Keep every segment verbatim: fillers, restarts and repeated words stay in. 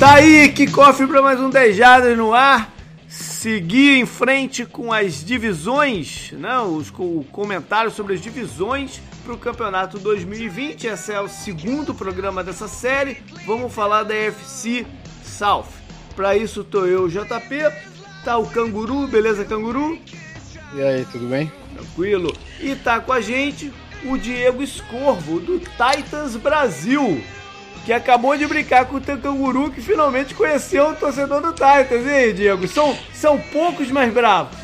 Tá aí, kickoff para mais um dez Jardas no ar. Seguir em frente com as divisões, né? Os, o comentário sobre as divisões para o campeonato dois mil e vinte. Esse é o segundo programa dessa série. Vamos falar da A F C South. Para isso tô eu, J P. Tá o Canguru, beleza, Canguru? E aí, tudo bem? Tranquilo. E tá com a gente o Diego Escorvo, do Titans Brasil, que acabou de brincar com o Canguru, que finalmente conheceu o torcedor do Titans. E aí, Diego? São, são poucos, mas bravos.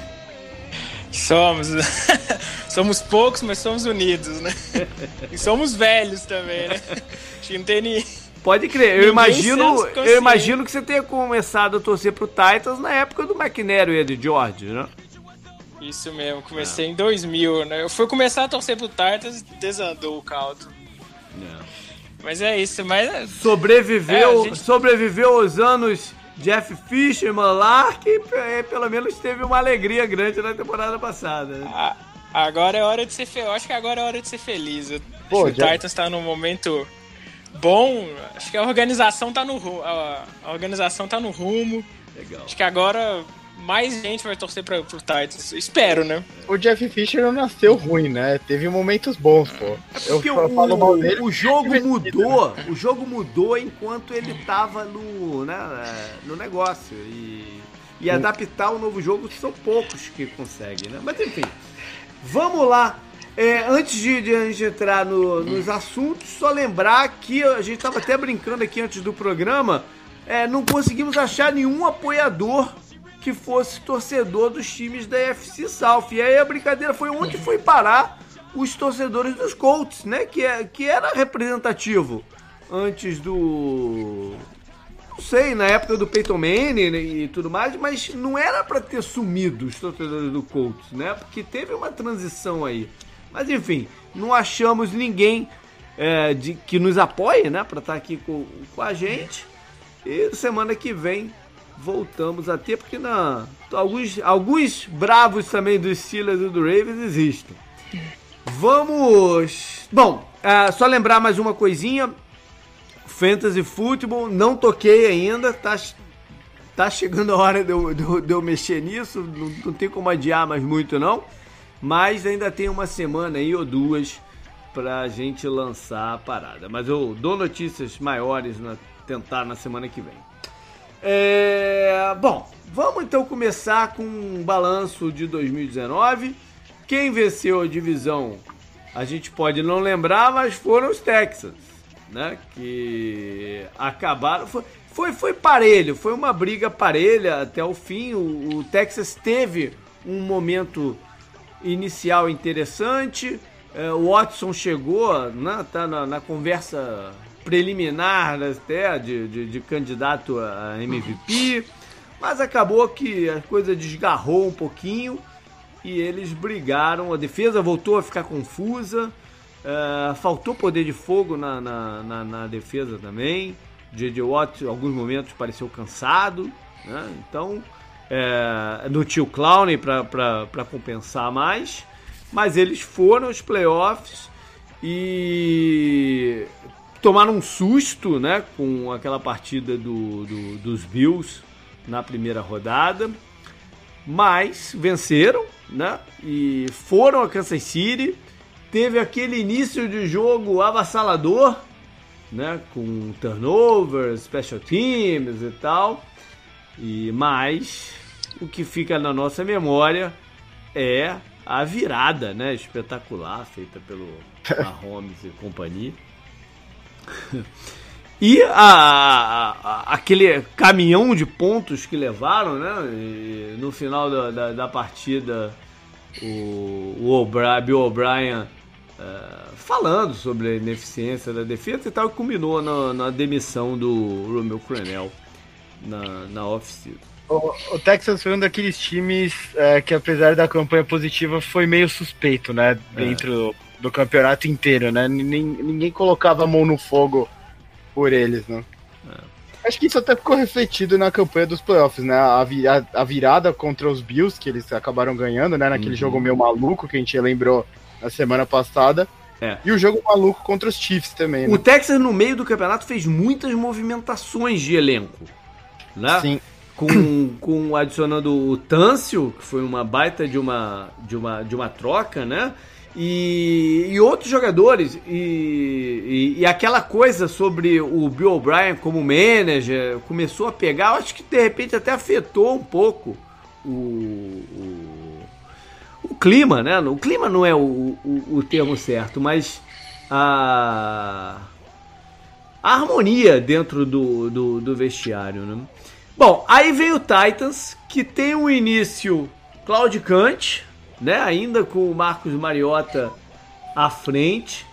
Somos. Somos poucos, mas somos unidos, né? E somos velhos também, né? Acho que não tem nem... Pode crer. Eu imagino, eu imagino que você tenha começado a torcer pro Titans na época do McNair e Eddie George, né? Isso mesmo. Comecei é. em dois mil, né? Eu fui começar a torcer pro Titans e desandou o caldo. É. Mas é isso, mas... Sobreviveu, é, gente... sobreviveu aos anos Jeff Fisher, Lark, e pelo menos teve uma alegria grande na temporada passada. Né? Ah, agora é hora de ser feliz. Eu acho que agora é hora de ser feliz. Eu Pô, acho que o Titans tá num momento bom. Acho que a organização tá no rumo. A organização tá no rumo. Legal. Acho que agora mais gente vai torcer pra, pro Titans. Espero, né? O Jeff Fisher não nasceu ruim, né? Teve momentos bons, pô. É porque eu o, falo mal dele, o jogo mudou, o jogo mudou enquanto ele tava no, né, no negócio. E, e adaptar o novo jogo são poucos que conseguem, né? Mas enfim, vamos lá. É, antes de, de a gente entrar no, nos assuntos, só lembrar que a gente tava até brincando aqui antes do programa, é, não conseguimos achar nenhum apoiador que fosse torcedor dos times da A F C South. E aí a brincadeira foi onde foi parar os torcedores dos Colts, né? Que, é, que era representativo antes do... Não sei, na época do Peyton Manning e tudo mais, mas não era pra ter sumido os torcedores do Colts, né? Porque teve uma transição aí. Mas enfim, não achamos ninguém é, de, que nos apoie, né? Pra estar aqui com, com a gente. E semana que vem voltamos a ter, porque na, alguns, alguns bravos também dos Steelers e do Ravens existem. Vamos... Bom, é, só lembrar mais uma coisinha. Fantasy Football, não toquei ainda, tá, tá chegando a hora de eu, de eu, de eu mexer nisso, não, não tem como adiar mais muito não, mas ainda tem uma semana aí ou duas pra gente lançar a parada. Mas eu dou notícias maiores, na, tentar na semana que vem. É, bom, vamos então começar com um balanço de dois mil e dezenove. Quem venceu a divisão a gente pode não lembrar, mas foram os Texans, né? Que acabaram. Foi, foi, foi parelho, foi uma briga parelha até o fim. O, o Texas teve um momento inicial interessante. É, o Watson chegou, né, tá na, na conversa preliminar até de, de, de candidato a M V P, mas acabou que a coisa desgarrou um pouquinho e eles brigaram, a defesa voltou a ficar confusa, uh, faltou poder de fogo na, na, na, na defesa também. J J Watt em alguns momentos pareceu cansado, né? Então é, não tinha o Clowney para compensar mais, mas eles foram aos playoffs e tomaram um susto, né, com aquela partida do, do, dos Bills na primeira rodada, mas venceram, né, e foram a Kansas City. Teve aquele início de jogo avassalador, né, com turnovers, special teams e tal, e, mas o que fica na nossa memória é a virada, né, espetacular feita pelo Mahomes e companhia. E a, a, a, aquele caminhão de pontos que levaram, né? E no final da, da, da partida, o, o O'Brien, Bill O'Brien uh, falando sobre a ineficiência da defesa e tal, e culminou na, na demissão do Romeo Crennel na, na off-season. O, o Texas foi um daqueles times é, que, apesar da campanha positiva, foi meio suspeito, né? Dentro é. do campeonato inteiro, né? Ninguém, ninguém colocava a mão no fogo por eles, né? É. Acho que isso até ficou refletido na campanha dos playoffs, né? A, vira, a virada contra os Bills, que eles acabaram ganhando, né? Naquele uhum. jogo meio maluco que a gente lembrou na semana passada. É. E o jogo maluco contra os Chiefs também, né? O Texas, no meio do campeonato, fez muitas movimentações de elenco, né? Sim. Com, com adicionando o Tâncio, que foi uma baita de uma, de uma, de uma troca, né? E, e outros jogadores. E, e, e aquela coisa sobre o Bill O'Brien como manager começou a pegar. Eu acho que de repente até afetou um pouco o, o, o clima, né? O clima não é o, o, o termo certo, mas a, a harmonia dentro do, do, do vestiário, né? Bom, aí veio o Titans, que tem um início claudicante, né? Ainda com o Marcus Mariota à frente.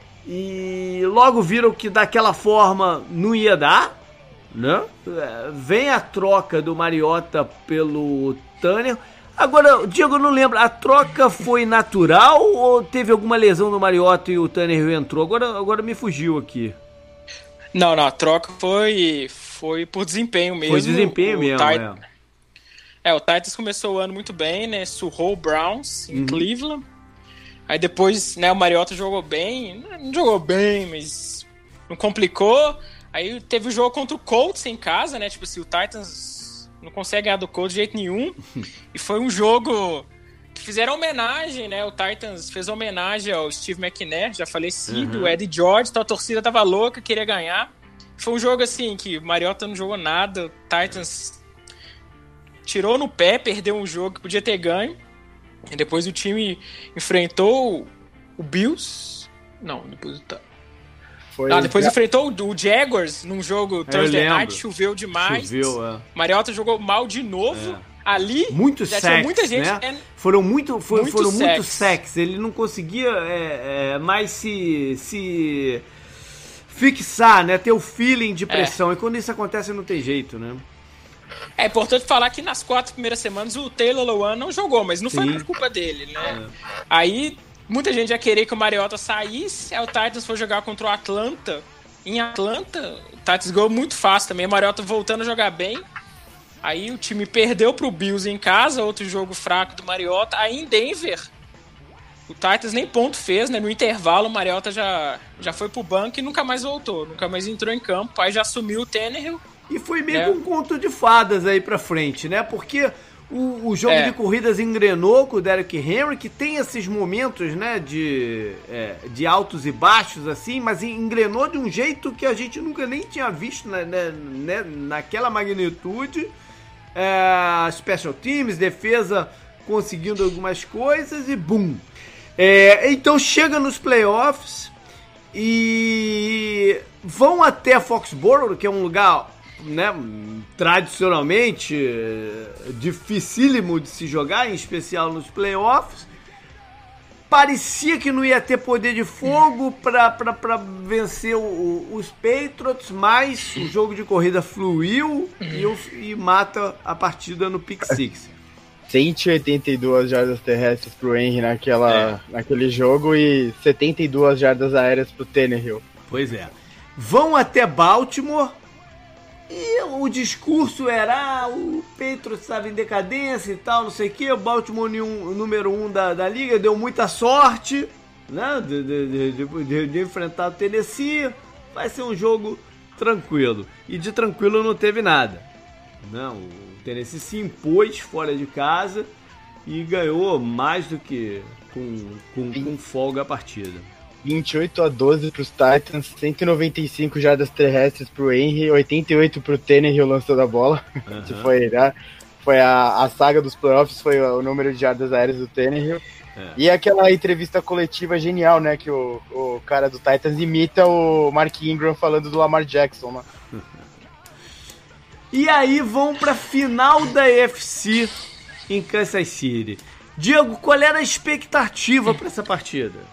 E logo viram que daquela forma não ia dar, né? Vem a troca do Mariota pelo Tanner. Agora, Diego, eu não lembro, a troca foi natural ou teve alguma lesão do Mariota e o Tanner entrou? Agora, agora me fugiu aqui. Não, não, a troca foi, foi por desempenho mesmo. Foi desempenho o mesmo, Titan... é. É, o Titans começou o ano muito bem, né? Surrou o Browns em uhum. Cleveland. Aí depois, né, o Mariota jogou bem. Não jogou bem, mas não complicou. Aí teve o jogo contra o Colts em casa, né? Tipo assim, o Titans não consegue ganhar do Colts de jeito nenhum. E foi um jogo que fizeram homenagem, né? O Titans fez homenagem ao Steve McNair, já falecido, uhum. o Eddie George, então a torcida tava louca, queria ganhar. Foi um jogo assim que o Mariota não jogou nada, o Titans tirou no pé, perdeu um jogo que podia ter ganho. E depois o time enfrentou o Bills. Não, depois o Foi ah, depois já... enfrentou o Jaguars num jogo Thursday Night, choveu demais. Choveu, é. Mariota jogou mal de novo. É. Ali muito já sacks, tinha muita gente. Né? É... Foram muito, foi, muito foram sacks. muito sacks. Ele não conseguia é, é, mais se, se fixar, né? Ter o feeling de pressão. É. E quando isso acontece não tem jeito, né? É importante falar que nas quatro primeiras semanas o Taylor Lewan não jogou, mas não Sim. foi por culpa dele, né? É. Aí muita gente ia querer que o Mariota saísse, aí o Titans foi jogar contra o Atlanta. Em Atlanta, o Titans ganhou muito fácil também, o Mariota voltando a jogar bem. Aí o time perdeu pro Bills em casa, outro jogo fraco do Mariota. Aí em Denver, o Titans nem ponto fez, né? No intervalo o Mariota já, já foi pro banco e nunca mais voltou, nunca mais entrou em campo. Aí já assumiu o Tannehill. E foi meio é. que um conto de fadas aí pra frente, né? Porque o, o jogo é. de corridas engrenou com o Derrick Henry, que tem esses momentos, né, de, é, de altos e baixos, assim, mas engrenou de um jeito que a gente nunca nem tinha visto, né, né, naquela magnitude. É, special teams, defesa conseguindo algumas coisas e bum. É, então chega nos playoffs e vão até Foxborough, que é um lugar, né, tradicionalmente dificílimo de se jogar, em especial nos playoffs. Parecia que não ia ter poder de fogo para vencer o, o, os Patriots, mas o jogo de corrida fluiu e, o, e mata a partida no pick six. cento e oitenta e duas jardas terrestres pro Henry naquela, é. naquele jogo e setenta e duas jardas aéreas pro Tannehill. Pois é. Vão até Baltimore e o discurso era ah, o Patriots estava em decadência e tal, não sei o que. O Baltimore um, número um da, da liga deu muita sorte, né, de, de, de, de, de enfrentar o Tennessee. Vai ser um jogo tranquilo. E de tranquilo não teve nada. Não, o Tennessee se impôs fora de casa e ganhou mais do que com, com, com folga a partida. vinte e oito a doze para os Titans, cento e noventa e cinco jardas terrestres para o Henry, oitenta e oito para o Tannehill lançando a bola. Uhum. foi né? foi a, a saga dos playoffs, foi o número de jardas aéreas do Tannehill. É. E aquela entrevista coletiva genial, né, que o, o cara do Titans imita o Mark Ingram falando do Lamar Jackson, né? E aí vão para a final da A F C em Kansas City. Diego, qual era a expectativa para essa partida?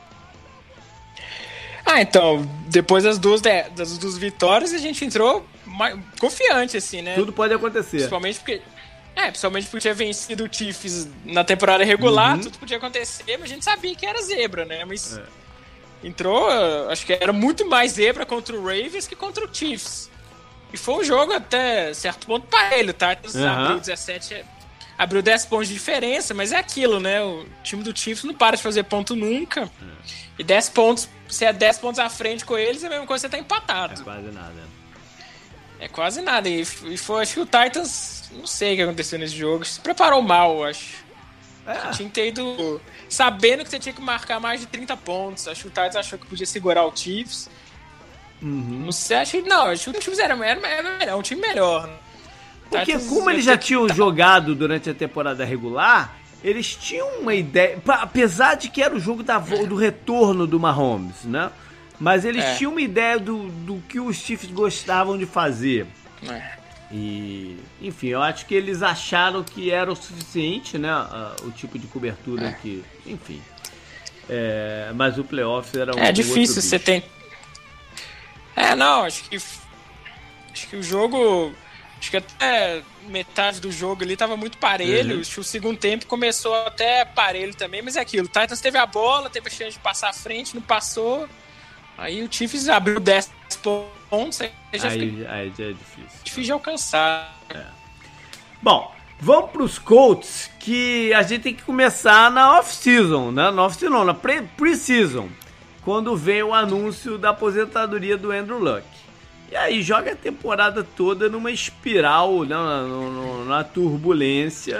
Ah, então, depois das duas, das duas vitórias, a gente entrou mais confiante, assim, né? Tudo pode acontecer. Principalmente porque, é, principalmente porque tinha vencido o Chiefs na temporada regular, uhum. Tudo podia acontecer, mas a gente sabia que era zebra, né? Mas é. Entrou, acho que era muito mais zebra contra o Ravens que contra o Chiefs. E foi um jogo até certo ponto parelho, tá? Uhum. Abriu dezessete abriu dez pontos de diferença, mas é aquilo, né? O time do Chiefs não para de fazer ponto nunca. É. E dez pontos, se é dez pontos à frente com eles, é a mesma coisa que você tá empatado. É quase nada. É quase nada. E, e foi, acho que o Titans, não sei o que aconteceu nesse jogo, se preparou mal, eu acho. É. Você tinha que ter ido sabendo que você tinha que marcar mais de trinta pontos. Acho que o Titans achou que podia segurar o Chiefs. Uhum. Não sei, acho que não, acho que o Chiefs era, era, era, era um time melhor, né? Porque como eles já tinham jogado durante a temporada regular, eles tinham uma ideia, apesar de que era o jogo da, do retorno do Mahomes, né? Mas eles é. tinham uma ideia do, do que os Chiefs gostavam de fazer. É. E, enfim, eu acho que eles acharam que era o suficiente, né? Uh, o tipo de cobertura é. que, enfim. É, mas o playoff era um É difícil você tem. É, não, acho que acho que o jogo, acho que até metade do jogo ali tava muito parelho. Uhum. Acho que o segundo tempo começou até parelho também, mas é aquilo. O Titans teve a bola, teve a chance de passar à frente, não passou. Aí o Chiefs abriu dez pontos, aí já, aí, fica aí já é difícil. Difícil de alcançar. É. Bom, vamos pros Colts, que a gente tem que começar na off-season, né? Na off-season não, na pre-season, quando vem o anúncio da aposentadoria do Andrew Luck. E aí joga a temporada toda numa espiral, né? na, na, na turbulência,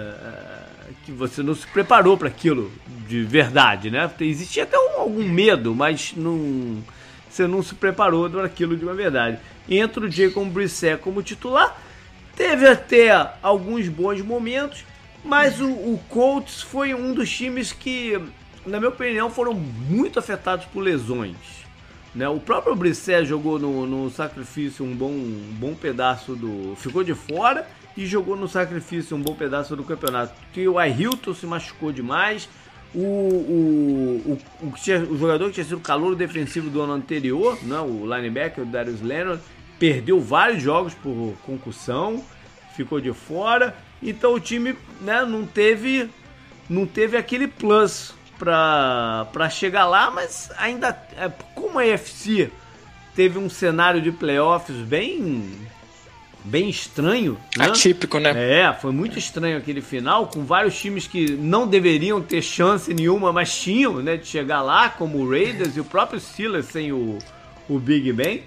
que você não se preparou para aquilo de verdade, né? Existia até um, algum medo, mas não, você não se preparou para aquilo de uma verdade. Entra o Jacob Brissett como titular, teve até alguns bons momentos, mas o, o Colts foi um dos times que, na minha opinião, foram muito afetados por lesões. Né? O próprio Brissett jogou no, no sacrifício um bom, um bom pedaço do... ficou de fora e jogou no sacrifício um bom pedaço do campeonato. Porque o Ailton se machucou demais, o, o, o, o, tinha, o jogador que tinha sido o calouro defensivo do ano anterior, né? O linebacker, o Darius Leonard, perdeu vários jogos por concussão, ficou de fora. Então o time, né, não teve, não teve aquele plus para chegar lá, mas ainda, como a A F C teve um cenário de playoffs bem, bem estranho, né? Atípico, né? É, foi muito estranho aquele final, com vários times que não deveriam ter chance nenhuma, mas tinham, né, de chegar lá, como o Raiders e o próprio Steelers sem o, o Big Ben.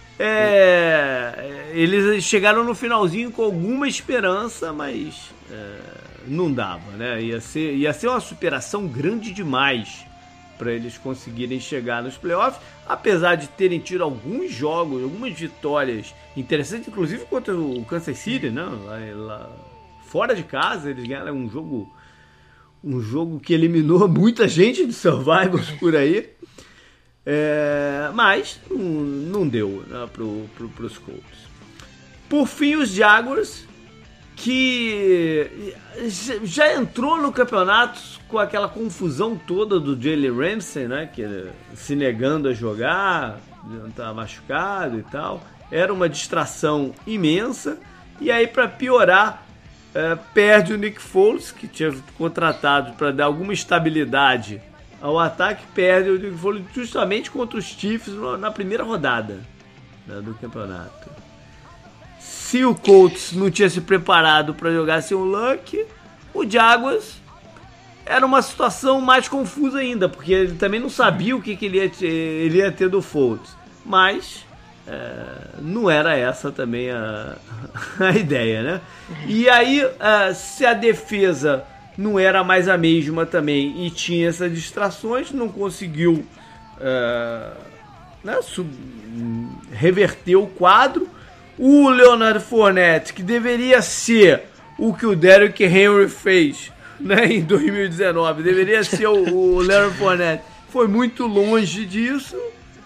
É, eles chegaram no finalzinho com alguma esperança, mas... É, não dava, né? Ia ser, ia ser uma superação grande demais para eles conseguirem chegar nos playoffs, apesar de terem tido alguns jogos, algumas vitórias interessantes, inclusive contra o Kansas City, né? Lá, lá, fora de casa, eles ganharam um jogo, um jogo que eliminou muita gente de Survivors por aí, é, mas não, não deu, né, pro, pro, pros Colts. Por fim, os Jaguars, que já entrou no campeonato com aquela confusão toda do Jalen Ramsey, né, que se negando a jogar, tá machucado e tal, era uma distração imensa. E aí, para piorar, é, perde o Nick Foles, que tinha contratado para dar alguma estabilidade ao ataque, perde o Nick Foles justamente contra os Chiefs na primeira rodada, né, do campeonato. Se o Colts não tinha se preparado para jogar sem o Luck, o Jaguars era uma situação mais confusa ainda, porque ele também não sabia o que, que ele, ia ter, ele ia ter do Foles. Mas é, não era essa também a, a ideia, né? E aí, é, se a defesa não era mais a mesma também e tinha essas distrações, não conseguiu é, né, sub, reverter o quadro. O Leonard Fournette, que deveria ser o que o Derrick Henry fez, né, em dois mil e dezenove, deveria ser o, o Leonard Fournette, foi muito longe disso.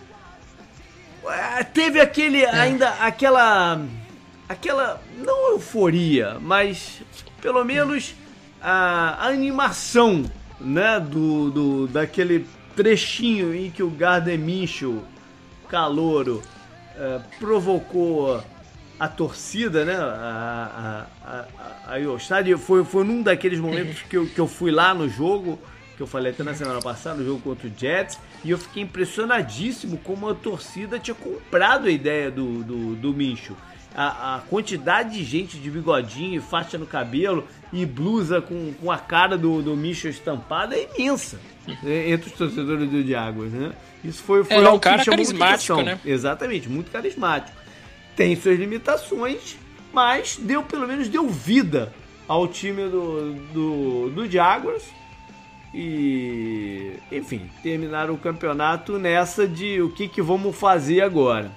Teve aquele, ainda aquela, aquela, não euforia, mas pelo menos a, a animação, né, do, do, daquele trechinho em que o Gardner Minshew, calouro, uh, provocou a torcida, né, a, a, a, a, o estádio. Foi, foi num daqueles momentos que eu, que eu fui lá no jogo, que eu falei até na semana passada, no jogo contra o Jets, e eu fiquei impressionadíssimo como a torcida tinha comprado a ideia do, do, do Minshew. a, a quantidade de gente de bigodinho, faixa no cabelo e blusa com, com a cara do, do Mitchell estampada é imensa entre os torcedores do Jaguars, né? Isso foi, foi é, algo um cara que chamou carismático, muita né? Exatamente, muito carismático. Tem suas limitações, mas deu, pelo menos deu vida ao time do, do, do Jaguars. E, enfim, terminaram o campeonato nessa de o que, que vamos fazer agora.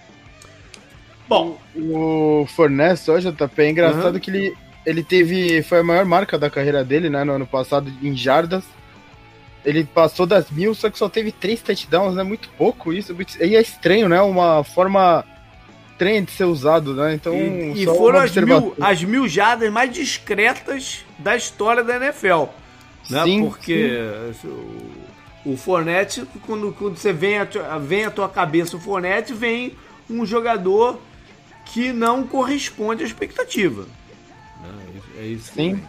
Bom, o, o Fournette só, J P, é engraçado uhum. que ele, ele teve, foi a maior marca da carreira dele, né, no ano passado em jardas. Ele passou das mil, só que só teve três touchdowns, né, muito pouco isso. E é estranho, né, uma forma estranha de ser usado, né, então... E, e foram as mil, as mil jardas mais discretas da história da N F L. Né? Sim, porque sim. O, o Fournette, quando, quando você vem a, vem a tua cabeça o Fournette, vem um jogador que não corresponde à expectativa. É isso. Sim.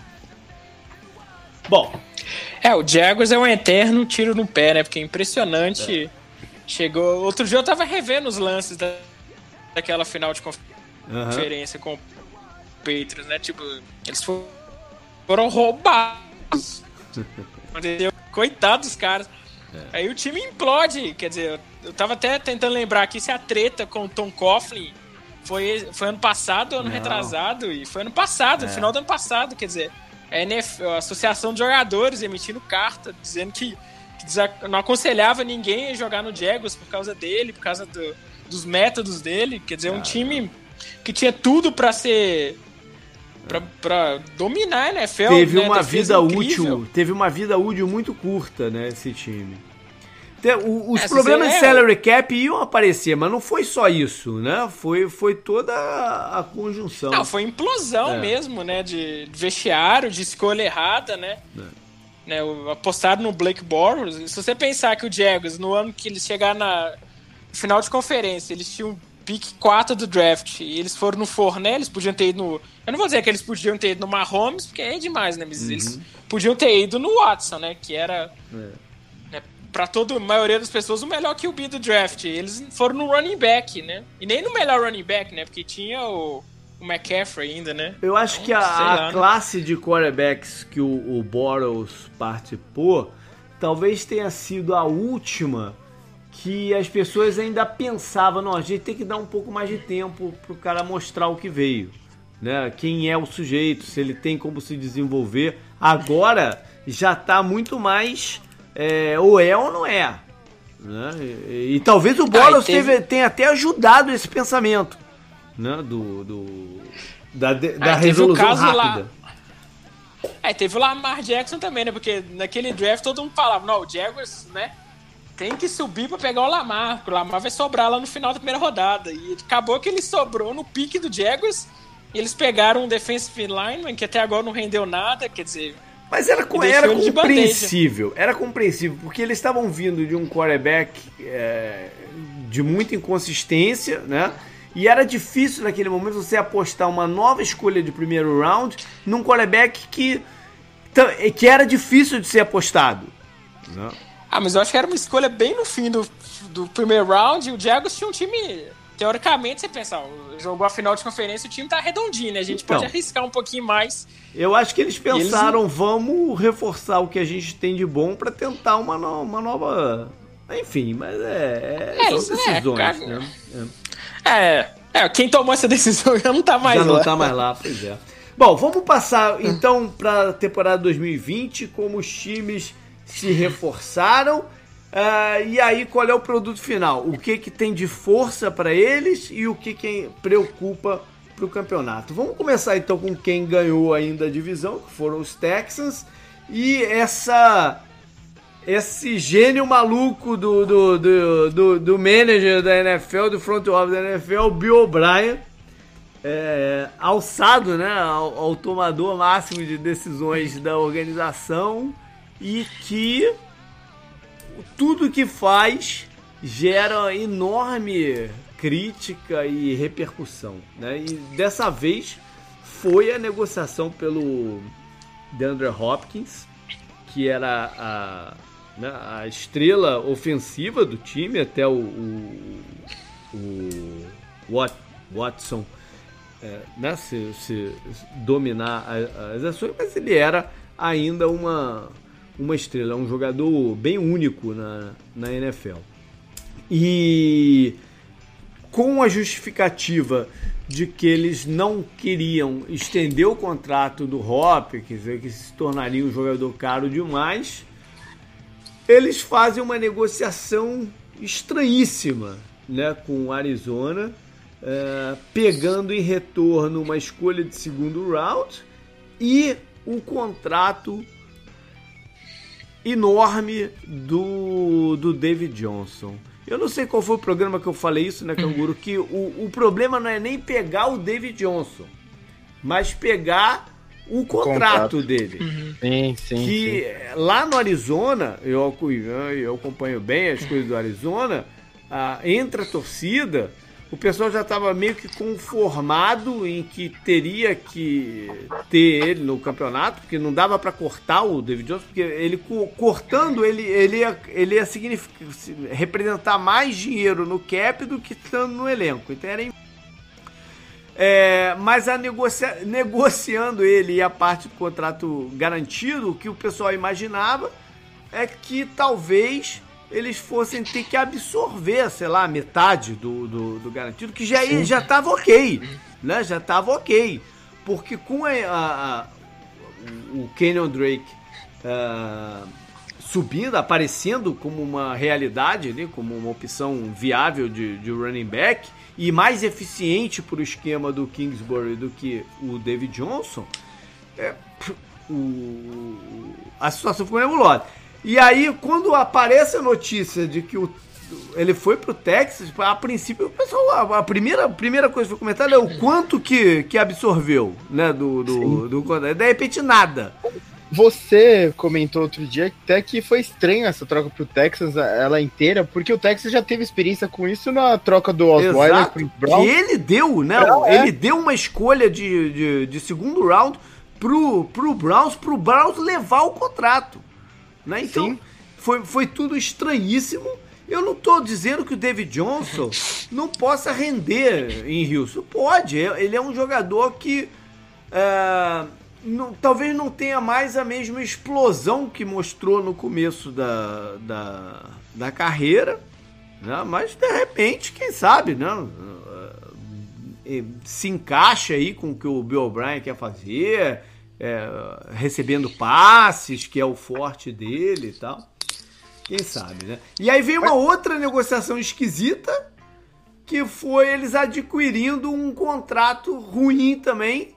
Bom. É, o Jaguars é um eterno tiro no pé, né? Porque é impressionante. É. Chegou. Outro dia eu tava revendo os lances da, daquela final de conferência uhum. com o Patriots, né? Tipo, eles foram roubados. Coitado dos caras. É. Aí o time implode. Quer dizer, eu tava até tentando lembrar aqui se a treta com o Tom Coughlin foi, foi ano passado, ano Não. retrasado. E foi ano passado, é. no final do ano passado. Quer dizer, a N F L, a Associação de Jogadores, emitindo carta dizendo que, que não aconselhava ninguém a jogar no Jaguars por causa dele, por causa do, dos métodos dele. Quer dizer, ah, um time que tinha tudo pra ser... Pra, pra dominar a N F L, teve né? uma vida incrível. útil, teve uma vida útil muito curta, né, esse time. O, os é, problemas é, de salary cap iam aparecer, mas não foi só isso, né? Foi, foi toda a, a conjunção. Não, foi implosão é. mesmo, né? De vestiário, de escolha errada, né? É. né apostaram no Blake Bortles. Se você pensar que o Jaguars, no ano que eles chegaram na final de conferência, eles tinham pick quatro do draft e eles foram no Fournette, eles podiam ter ido no... Eu não vou dizer que eles podiam ter ido no Mahomes, porque é demais, né? Mas uhum. eles podiam ter ido no Watson, né? Que era, é. né, pra toda a maioria das pessoas, o melhor Q B do draft. Eles foram no running back, né? E nem no melhor running back, né? Porque tinha o, o McCaffrey ainda, né? Eu acho então, que a, lá, a classe né? de quarterbacks que o, o Bortles participou talvez tenha sido a última que as pessoas ainda pensavam, não, a gente tem que dar um pouco mais de tempo pro cara mostrar o que veio, né? Quem é o sujeito, se ele tem como se desenvolver. Agora já tá muito mais é, ou é ou não é, né? E, e talvez o Bortles ah, teve... tenha até ajudado esse pensamento, né? Do, do da, de, da ah, resolução rápida. Lá... É, teve o Lamar Jackson também, né? Porque naquele draft todo mundo falava, não, o Jaguars, né? Tem que subir pra pegar o Lamar, porque o Lamar vai sobrar lá no final da primeira rodada. E acabou que ele sobrou no pique do Jaguars e eles pegaram um defensive lineman que até agora não rendeu nada, quer dizer... Mas era, era compreensível, era compreensível, porque eles estavam vindo de um quarterback é, de muita inconsistência, né? E era difícil naquele momento você apostar uma nova escolha de primeiro round num quarterback que, que era difícil de ser apostado, né? Ah, mas eu acho que era uma escolha bem no fim do, do primeiro round. E o Jaguars tinha um time... Teoricamente, você pensa, ó, jogou a final de conferência, o time tá redondinho, né? A gente então, pode arriscar um pouquinho mais. Eu acho que eles pensaram, eles... vamos reforçar o que a gente tem de bom pra tentar uma, no, uma nova... Enfim, mas é... é, é são decisões, é, cara... né? É. é, é, quem tomou essa decisão já não tá mais já lá. Já não tá mais lá, pois é. Bom, vamos passar então pra temporada dois mil e vinte, como os times... se reforçaram, uh, e aí qual é o produto final? O que que tem de força para eles e o que que preocupa para o campeonato? Vamos começar então com quem ganhou ainda a divisão, que foram os Texans, e essa esse gênio maluco do, do, do, do, do manager da N F L, do front office da N F L, Bill O'Brien, é, alçado, né, ao, ao tomador máximo de decisões da organização, e que tudo que faz gera enorme crítica e repercussão, né? E dessa vez foi a negociação pelo DeAndre Hopkins, que era a, né, a estrela ofensiva do time, até o, o, o Watson é, né, se, se dominar as ações, mas ele era ainda uma, uma estrela, um jogador bem único na, na N F L. E com a justificativa de que eles não queriam estender o contrato do Hopkins, que se tornaria um jogador caro demais, eles fazem uma negociação estranhíssima, né, com o Arizona, é, pegando em retorno uma escolha de segundo round e o contrato enorme do, do David Johnson. Eu não sei qual foi o programa que eu falei isso, né, Canguru, que o, o problema não é nem pegar o David Johnson, mas pegar o contrato, contrato. dele. Uhum. Sim, sim, que sim. Lá no Arizona, eu, eu acompanho bem as coisas do Arizona, ah, entre a torcida, o pessoal já estava meio que conformado em que teria que ter ele no campeonato, porque não dava para cortar o David Johnson, porque ele cortando, ele, ele ia, ele ia representar mais dinheiro no cap do que estando no elenco. Então era... É, mas a negocia, negociando ele e a parte do contrato garantido, o que o pessoal imaginava é que talvez eles fossem ter que absorver, sei lá, metade do, do, do garantido, que já já estava ok, né? Já estava ok. Porque com a, a, a, o Kenyon Drake uh, subindo, aparecendo como uma realidade, né? Como uma opção viável de, de running back e mais eficiente para o esquema do Kingsbury do que o David Johnson, é, o, a situação ficou nebulosa. E aí, quando aparece a notícia de que o, ele foi pro Texas, a princípio, o pessoal, a primeira, a primeira coisa que foi comentada é o quanto que, que absorveu, né, do, do, do, do, de repente nada. Você comentou outro dia até que foi estranho essa troca pro Texas, ela inteira, porque o Texas já teve experiência com isso na troca do Osweiler pro Brown. Que ele deu, né, Brown, ele é. deu uma escolha de, de, de segundo round pro, pro Browns, pro Browns levar o contrato. Né? Então, foi, foi tudo estranhíssimo. Eu não estou dizendo que o David Johnson não possa render em Houston. Pode, ele é um jogador que é, não, talvez não tenha mais a mesma explosão que mostrou no começo da, da, da carreira, né? Mas de repente, quem sabe, né? Se encaixa aí com o que o Bill O'Brien quer fazer. É, recebendo passes, que é o forte dele e tal. Quem sabe, né? E aí veio uma outra negociação esquisita, que foi eles adquirindo um contrato ruim também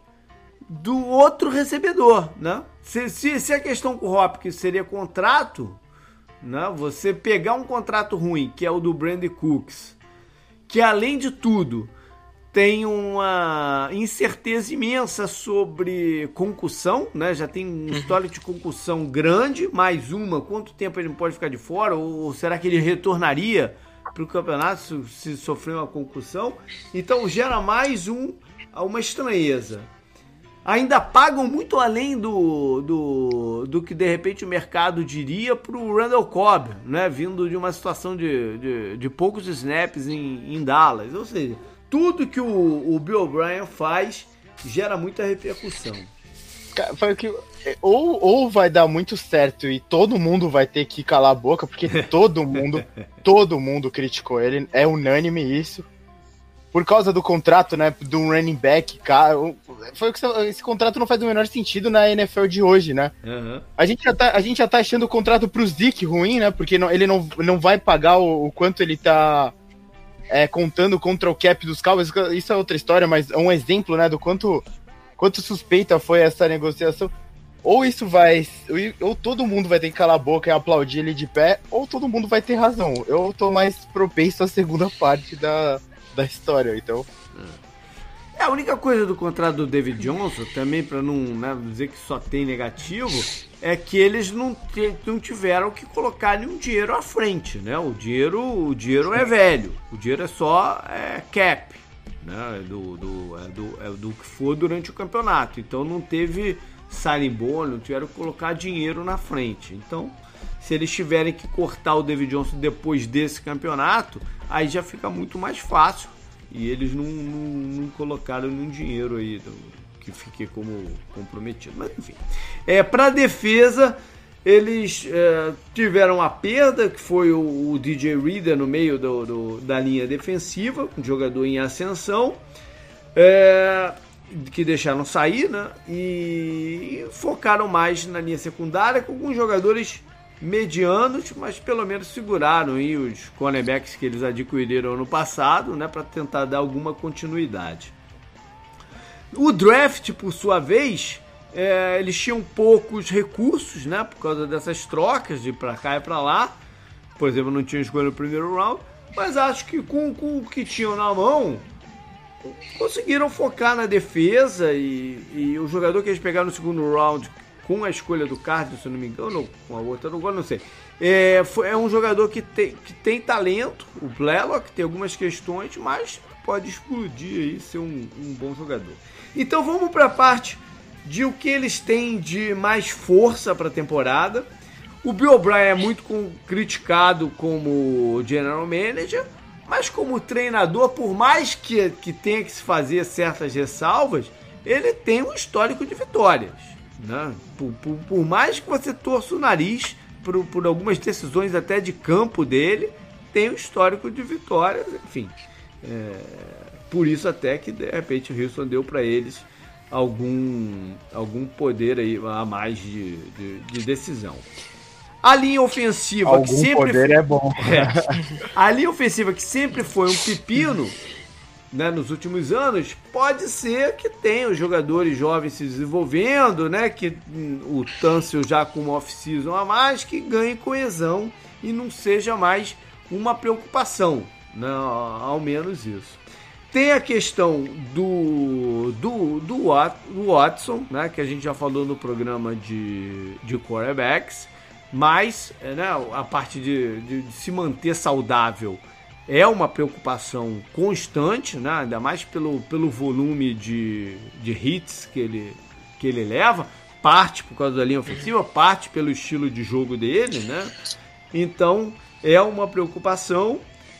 do outro recebedor, né? Se, se, se a questão com o Hopkins seria contrato, né? Você pegar um contrato ruim, que é o do Brandon Cooks, que além de tudo tem uma incerteza imensa sobre concussão, né? Já tem um histórico de concussão grande, mais uma, quanto tempo ele não pode ficar de fora, ou será que ele retornaria para o campeonato se sofrer uma concussão? Então gera mais um, uma estranheza. Ainda pagam muito além do, do, do que de repente o mercado diria para o Randall Cobb, né? Vindo de uma situação de, de, de poucos snaps em, em Dallas, ou seja, tudo que o, o Bill O'Brien faz gera muita repercussão. Foi que ou, ou vai dar muito certo e todo mundo vai ter que calar a boca, porque todo mundo, todo mundo criticou ele, é unânime isso. Por causa do contrato, né, do running back, cara, foi que esse contrato não faz o menor sentido na N F L de hoje, né? Uhum. A gente já tá, a gente já tá achando o contrato pro Zeke ruim, né? Porque não, ele não, não vai pagar o, o quanto ele tá É, contando contra o cap dos Cowboys. Isso é outra história, mas é um exemplo, né, do quanto, quanto suspeita foi essa negociação. Ou isso vai, ou todo mundo vai ter que calar a boca e aplaudir ele de pé, ou todo mundo vai ter razão. Eu tô mais propenso à segunda parte da, da história, então. É, a única coisa do contrato do David Johnson, também para não, né, dizer que só tem negativo, é que eles não, te, não tiveram que colocar nenhum dinheiro à frente, né? O dinheiro, o dinheiro é velho, o dinheiro é só é, cap, né? Do, do, é, do, é do que for durante o campeonato. Então não teve signing bonus, não tiveram que colocar dinheiro na frente. Então, se eles tiverem que cortar o David Johnson depois desse campeonato, aí já fica muito mais fácil. e eles não, não, não colocaram nenhum dinheiro aí do, que fique como comprometido. Mas enfim, é, para a defesa, eles é, tiveram uma perda, que foi o, o D J Reader no meio do, do, da linha defensiva, um jogador em ascensão, é, que deixaram sair, né? E, e focaram mais na linha secundária, com alguns jogadores medianos, mas pelo menos seguraram aí os cornerbacks que eles adquiriram no passado, né, para tentar dar alguma continuidade. O draft, por sua vez, é, eles tinham poucos recursos, né, por causa dessas trocas de para cá e para lá. Por exemplo, não tinham escolha no primeiro round, mas acho que com, com o que tinham na mão, conseguiram focar na defesa, e, e o jogador que eles pegaram no segundo round, com a escolha do Cardinals, se não me engano, ou com a outra, não, não sei. É, foi, é um jogador que tem, que tem talento, o Blaylock, tem algumas questões, mas pode explodir aí, ser um, um bom jogador. Então vamos para a parte de o que eles têm de mais força para a temporada. O Bill O'Brien é muito com, criticado como general manager, mas como treinador, por mais que, que tenha que se fazer certas ressalvas, ele tem um histórico de vitórias. Né? Por, por, por mais que você torça o nariz por, por algumas decisões até de campo dele, tem um histórico de vitórias, enfim. É, por isso até que de repente o Houston deu para eles algum, algum poder aí a mais de, de, de decisão. A linha ofensiva algum que sempre poder foi, é bom. É, a linha ofensiva que sempre foi um pepino, né, nos últimos anos, pode ser que tenha os jogadores jovens se desenvolvendo, né, que hum, o Tunsil já com uma off-season a mais, que ganhe coesão e não seja mais uma preocupação, né, ao menos isso. Tem a questão do, do, do, Wat, do Watson, né, que a gente já falou no programa de, de quarterbacks, mas, né, a parte de, de, de se manter saudável é uma preocupação constante, né? Ainda mais pelo, pelo volume de, de hits que ele, que ele leva, parte por causa da linha ofensiva, parte pelo estilo de jogo dele, né? Então é uma preocupação.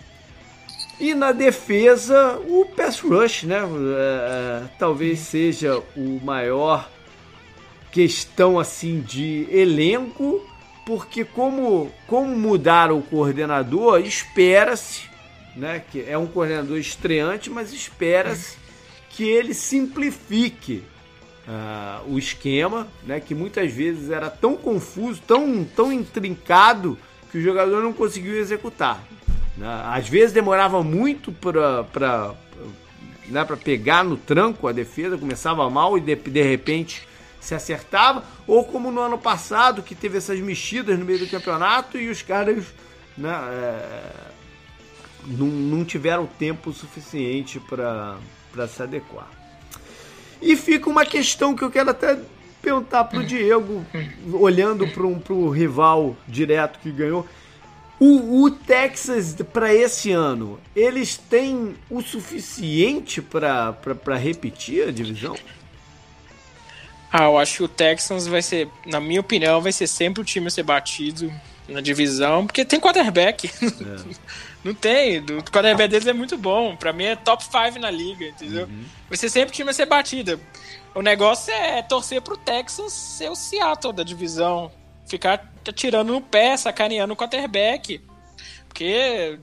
E na defesa, o pass rush, né? É, talvez seja o maior questão assim de elenco, porque como, como mudaram o coordenador, espera-se, né, que é um coordenador estreante, mas espera-se que ele simplifique uh, o esquema, né, que muitas vezes era tão confuso, tão, tão intrincado, que o jogador não conseguiu executar. Né? Às vezes demorava muito para né, para pegar no tranco a defesa, começava mal e de, de repente se acertava, ou como no ano passado, que teve essas mexidas no meio do campeonato e os caras, né, é, não, não tiveram tempo suficiente para se adequar. E fica uma questão que eu quero até perguntar para o Diego, olhando para um, pro rival direto que ganhou. O, o Texas, para esse ano, eles têm o suficiente para repetir a divisão? Ah, eu acho que o Texans vai ser, na minha opinião, vai ser sempre o time a ser batido na divisão, porque tem quarterback. É. Não tem, o quarterback deles é muito bom. Pra mim é top cinco na liga, entendeu? Uhum. Vai ser sempre o time a ser batido. O negócio é torcer pro Texans ser o Seattle da divisão. Ficar atirando no pé, sacaneando o quarterback. Porque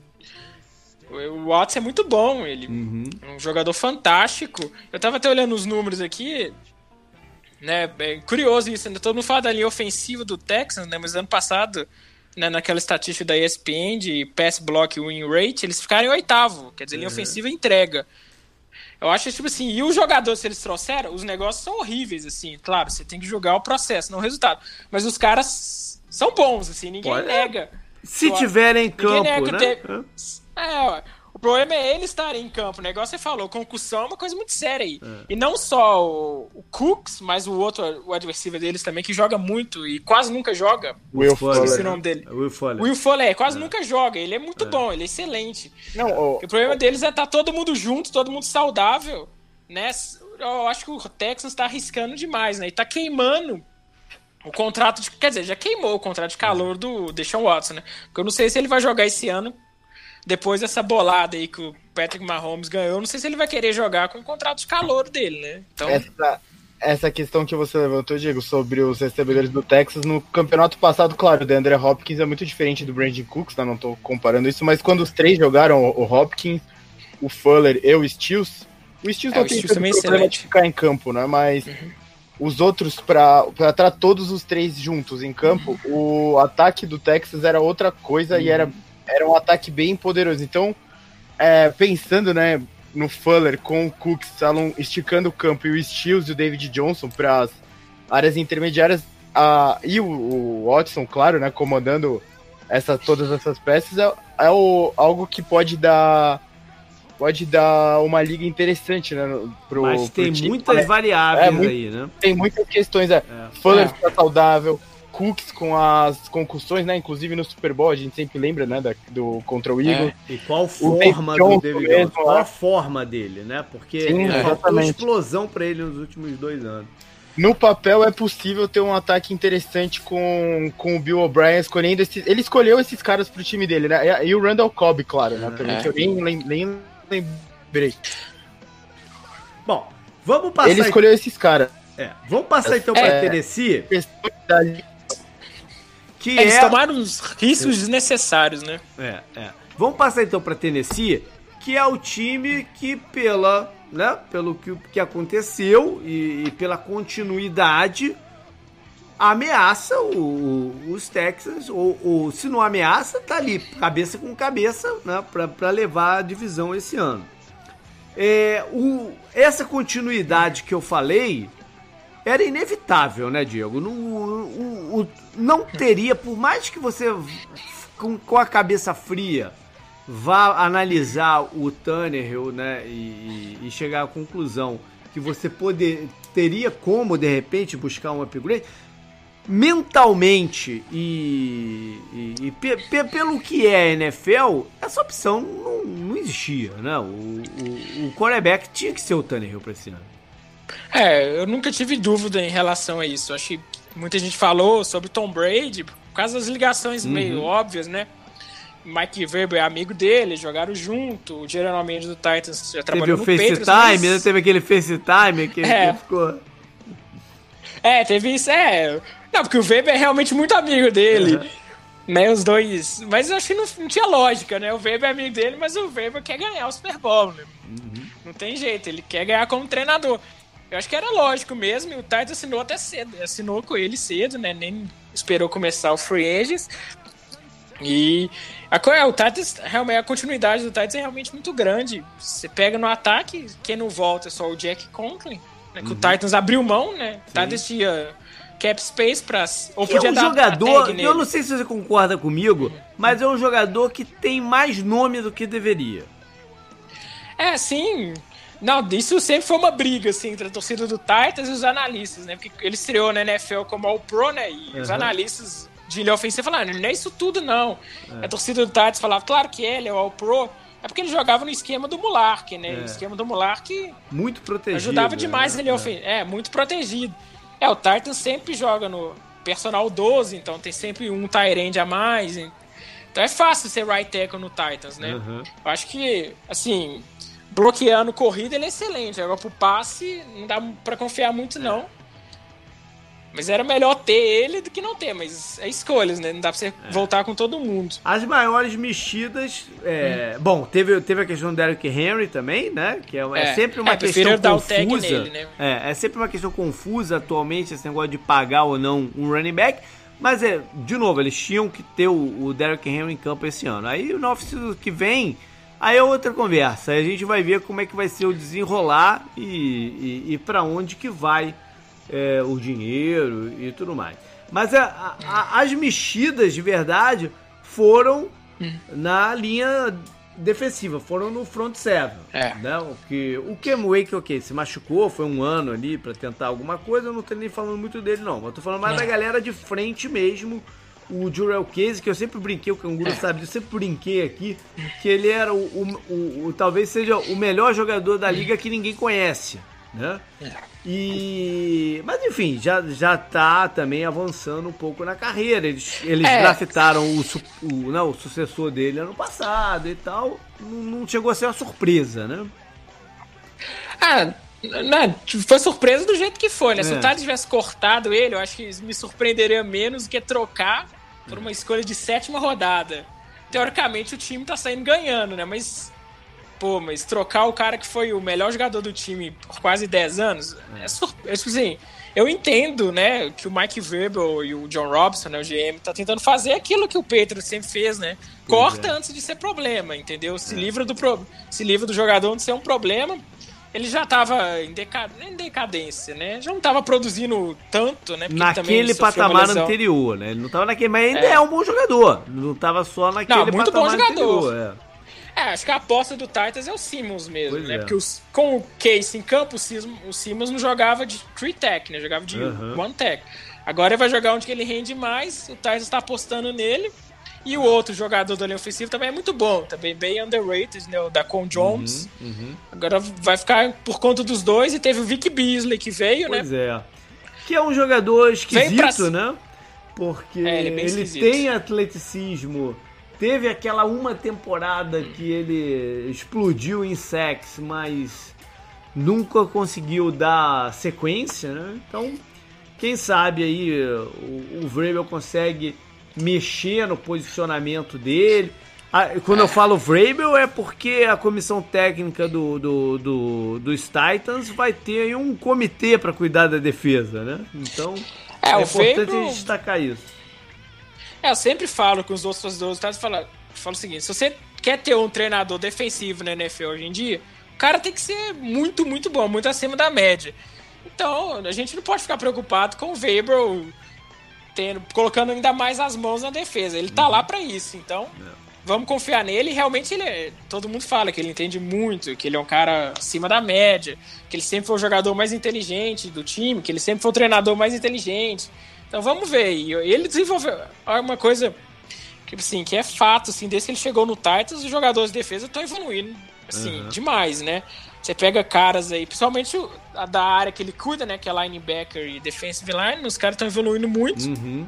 o Watson é muito bom, ele uhum. é um jogador fantástico. Eu tava até olhando os números aqui, né? É curioso isso, né? Todo mundo fala da linha ofensiva do Texans, né? Mas ano passado, né, naquela estatística da E S P N de pass block win rate, eles ficaram em oitavo, quer dizer, linha uhum. ofensiva entrega. Eu acho que, tipo assim, e os jogadores que eles trouxeram, os negócios são horríveis, assim, claro, você tem que jogar o processo, não o resultado. Mas os caras são bons, assim, ninguém Pode. nega. Se tiverem em campo, né? Ter... É, o problema é eles estarem em campo. O negócio, você falou, concussão é uma coisa muito séria aí. É. E não só o, o Cooks, mas o outro, o adversário deles também, que joga muito e quase nunca joga. Will Fuller. Esqueci o nome dele. Will Fuller. Will Fuller, quase é. nunca joga. Ele é muito é. bom, ele é excelente. Não, oh, o problema oh. deles é estar todo mundo junto, todo mundo saudável, né? Eu acho que o Texans está arriscando demais, né? E tá queimando o contrato de... Quer dizer, já queimou o contrato de calor do Deshaun Watson, né? Porque eu não sei se ele vai jogar esse ano depois dessa bolada aí que o Patrick Mahomes ganhou, não sei se ele vai querer jogar com o contrato de calor dele, né? Então... Essa, essa questão que você levantou, Diego, sobre os recebedores do Texas, no campeonato passado, claro, o DeAndre Hopkins é muito diferente do Brandon Cooks, tá? Não tô comparando isso, mas quando os três jogaram, o Hopkins, o Fuller e o Stills, o Stills é, não o tem Stills problema excelente. de ficar em campo, né? Mas uhum. os outros, pra, pra estar todos os três juntos em campo, uhum. o ataque do Texas era outra coisa uhum. e era, era um ataque bem poderoso. Então, é, pensando, né, no Fuller com o Cooks esticando o campo e o Stills e o David Johnson para as áreas intermediárias, a, e o, o Watson, claro, né, comandando essa, todas essas peças, é, é o, algo que pode dar pode dar uma liga interessante, né, pro, mas tem pro time, muitas né? variáveis é, muito, aí, né? Tem muitas questões, é, é. Fuller é. fica saudável, Cooks com as concussões, né? Inclusive no Super Bowl, a gente sempre lembra, né? Da, do contra o Eagles. É. E qual forma do David Johnson? Qual a forma dele, né? Porque Sim, é, faltou explosão para ele nos últimos dois anos. No papel é possível ter um ataque interessante com, com o Bill O'Brien escolhendo esses. Ele escolheu esses caras pro time dele, né? E o Randall Cobb, claro, né? Também, é. que eu nem, nem lembrei. Bom, vamos passar. Ele escolheu esses caras. É. Vamos passar então para é. Tennessee. Que é, eles é... tomaram uns riscos desnecessários, né? É, é. Vamos passar então para Tennessee, que é o time que pela, né, pelo que, que aconteceu e, e pela continuidade ameaça o, o, os Texans, ou, ou se não ameaça, tá ali, cabeça com cabeça, né, para levar a divisão esse ano. É, o, essa continuidade que eu falei era inevitável, né, Diego? Não, o, o, não teria, por mais que você, com, com a cabeça fria, vá analisar o Tannehill, né, e, e chegar à conclusão que você poder, teria como, de repente, buscar um upgrade, mentalmente e, e, e pe, pe, pelo que é a N F L, essa opção não, não existia, né? O, o, o quarterback tinha que ser o Tannehill para esse ano. É, eu nunca tive dúvida em relação a isso. Acho que muita gente falou sobre Tom Brady por causa das ligações uhum. meio óbvias, né? Mike Vrabel é amigo dele, jogaram junto. O general manager do Titans já trabalhou no Patriots. Teve o FaceTime, mas... teve aquele FaceTime que, é. que ficou... É, teve isso, é... Não, porque o Vrabel é realmente muito amigo dele, uhum. né, os dois... Mas eu acho que não, não tinha lógica, né? O Vrabel é amigo dele, mas o Vrabel quer ganhar o Super Bowl, né? Uhum. Não tem jeito, ele quer ganhar como treinador. Eu acho que era lógico mesmo, e o Titans assinou até cedo, assinou com ele cedo, né? Nem esperou começar o Free Agents. E a, o Titans, realmente, a continuidade do Titans é realmente muito grande. Você pega no ataque, quem não volta é só o Jack Conklin, né, que uhum. o Titans abriu mão, né? O Titans tinha cap space pra... Ou podia é um dar jogador, eu não sei se você concorda comigo, mas é um jogador que tem mais nome do que deveria. É, sim... Não, isso sempre foi uma briga, assim, entre a torcida do Titans e os analistas, né? Porque ele estreou na N F L como All-Pro, né? E uhum. os analistas de linha ofensiva falaram, não é isso tudo, não. É. A torcida do Titans falava, claro que ele é o All-Pro. É porque ele jogava no esquema do Mulark, né? É. O esquema do Mulark... Muito protegido. Ajudava demais né? ele ofensiva. É, muito protegido. É, o Titans sempre joga no personal doze, então tem sempre um tight end a mais. Então é fácil ser right tackle no Titans, né? Uhum. Eu acho que, assim... Bloqueando corrida, ele é excelente. Agora pro passe, não dá pra confiar muito, não. É. Mas era melhor ter ele do que não ter, mas é escolhas, né? Não dá pra você é. voltar com todo mundo. As maiores mexidas... É... Hum. Bom, teve, teve a questão do Derrick Henry também, né? Que é, é. é sempre uma é, questão dar confusa. O tag nele, né? é, é sempre uma questão confusa atualmente, esse negócio de pagar ou não um running back. Mas, é, de novo, eles tinham que ter o, o Derrick Henry em campo esse ano. Aí, no off-season que vem... Aí é outra conversa, aí a gente vai ver como é que vai ser o desenrolar e, e, e para onde que vai é, o dinheiro e tudo mais. Mas a, a, as mexidas de verdade foram hum. na linha defensiva, foram no front seven. É. Né? O, que, o Cam Wake, ok, se machucou, foi um ano ali para tentar alguma coisa, eu não tô nem falando muito dele não, mas tô falando mais é. da galera de frente mesmo. O Jurel Casey, que eu sempre brinquei, o Canguru é. sabe, eu sempre brinquei aqui, que ele era o, o, o, o talvez seja o melhor jogador da liga que ninguém conhece. né? E... Mas enfim, já, já tá também avançando um pouco na carreira. Eles, eles é. draftaram o, o, não, o sucessor dele ano passado e tal. Não, não chegou a ser uma surpresa, né? Ah, não, foi surpresa do jeito que foi, né? É. Se o Tades tivesse cortado ele, eu acho que me surpreenderia menos do que trocar por uma escolha de sétima rodada. Teoricamente o time tá saindo ganhando, né? Mas... Pô, mas trocar o cara que foi o melhor jogador do time por quase dez anos, é, sur... é tipo assim, eu entendo, né, que o Mike Vrabel e o John Robinson, né, o G M, tá tentando fazer aquilo que o Patriots sempre fez, né? Corta é. antes de ser problema, entendeu? Se, é. livra do pro... Se livra do jogador antes de ser um problema. Ele já tava em, deca... em decadência, né? Já não tava produzindo tanto, né? Porque naquele patamar anterior, né? Ele não tava naquele, mas ainda é, é um bom jogador. Não tava só naquele não, muito patamar bom jogador. anterior, é. É, acho que a aposta do Titans é o Simmons mesmo, pois né? É. Porque os, com o Case em campo, o Simmons, o Simmons não jogava de three tech, né? Jogava de uhum. one tech. Agora ele vai jogar onde ele rende mais, o Titans tá apostando nele. E o outro jogador do linha ofensivo também é muito bom, também bem underrated, né? O Daquan Jones. Uhum, uhum. Agora vai ficar por conta dos dois. E teve o Vic Beasley que veio, pois né? Pois é. Que é um jogador esquisito, pra... né? Porque é, ele, é ele tem atleticismo. Teve aquela uma temporada que ele explodiu em sacks, mas nunca conseguiu dar sequência, né? Então, quem sabe aí o, o Vrabel consegue mexer no posicionamento dele. Quando eu falo Vrabel é porque a comissão técnica do, do, do, dos Titans vai ter aí um comitê para cuidar da defesa, né? Então, é, é importante Vrabel... destacar isso. É, eu sempre falo com os outros torcedores, eu falo, falo o seguinte, se você quer ter um treinador defensivo na N F L hoje em dia, o cara tem que ser muito, muito bom, muito acima da média. Então, a gente não pode ficar preocupado com o Vrabel tendo, colocando ainda mais as mãos na defesa. Ele tá uhum. lá pra isso, então é. vamos confiar nele. Realmente, ele é, todo mundo fala que ele entende muito, que ele é um cara acima da média, que ele sempre foi o jogador mais inteligente do time, que ele sempre foi o treinador mais inteligente. Então vamos ver, e ele desenvolveu uma coisa que, assim, que é fato, assim, desde que ele chegou no Titans, os jogadores de defesa estão evoluindo, assim, uhum. demais, né? Você pega caras aí, principalmente a da área que ele cuida, né, que é linebacker e defensive line, os caras estão evoluindo muito. Uhum.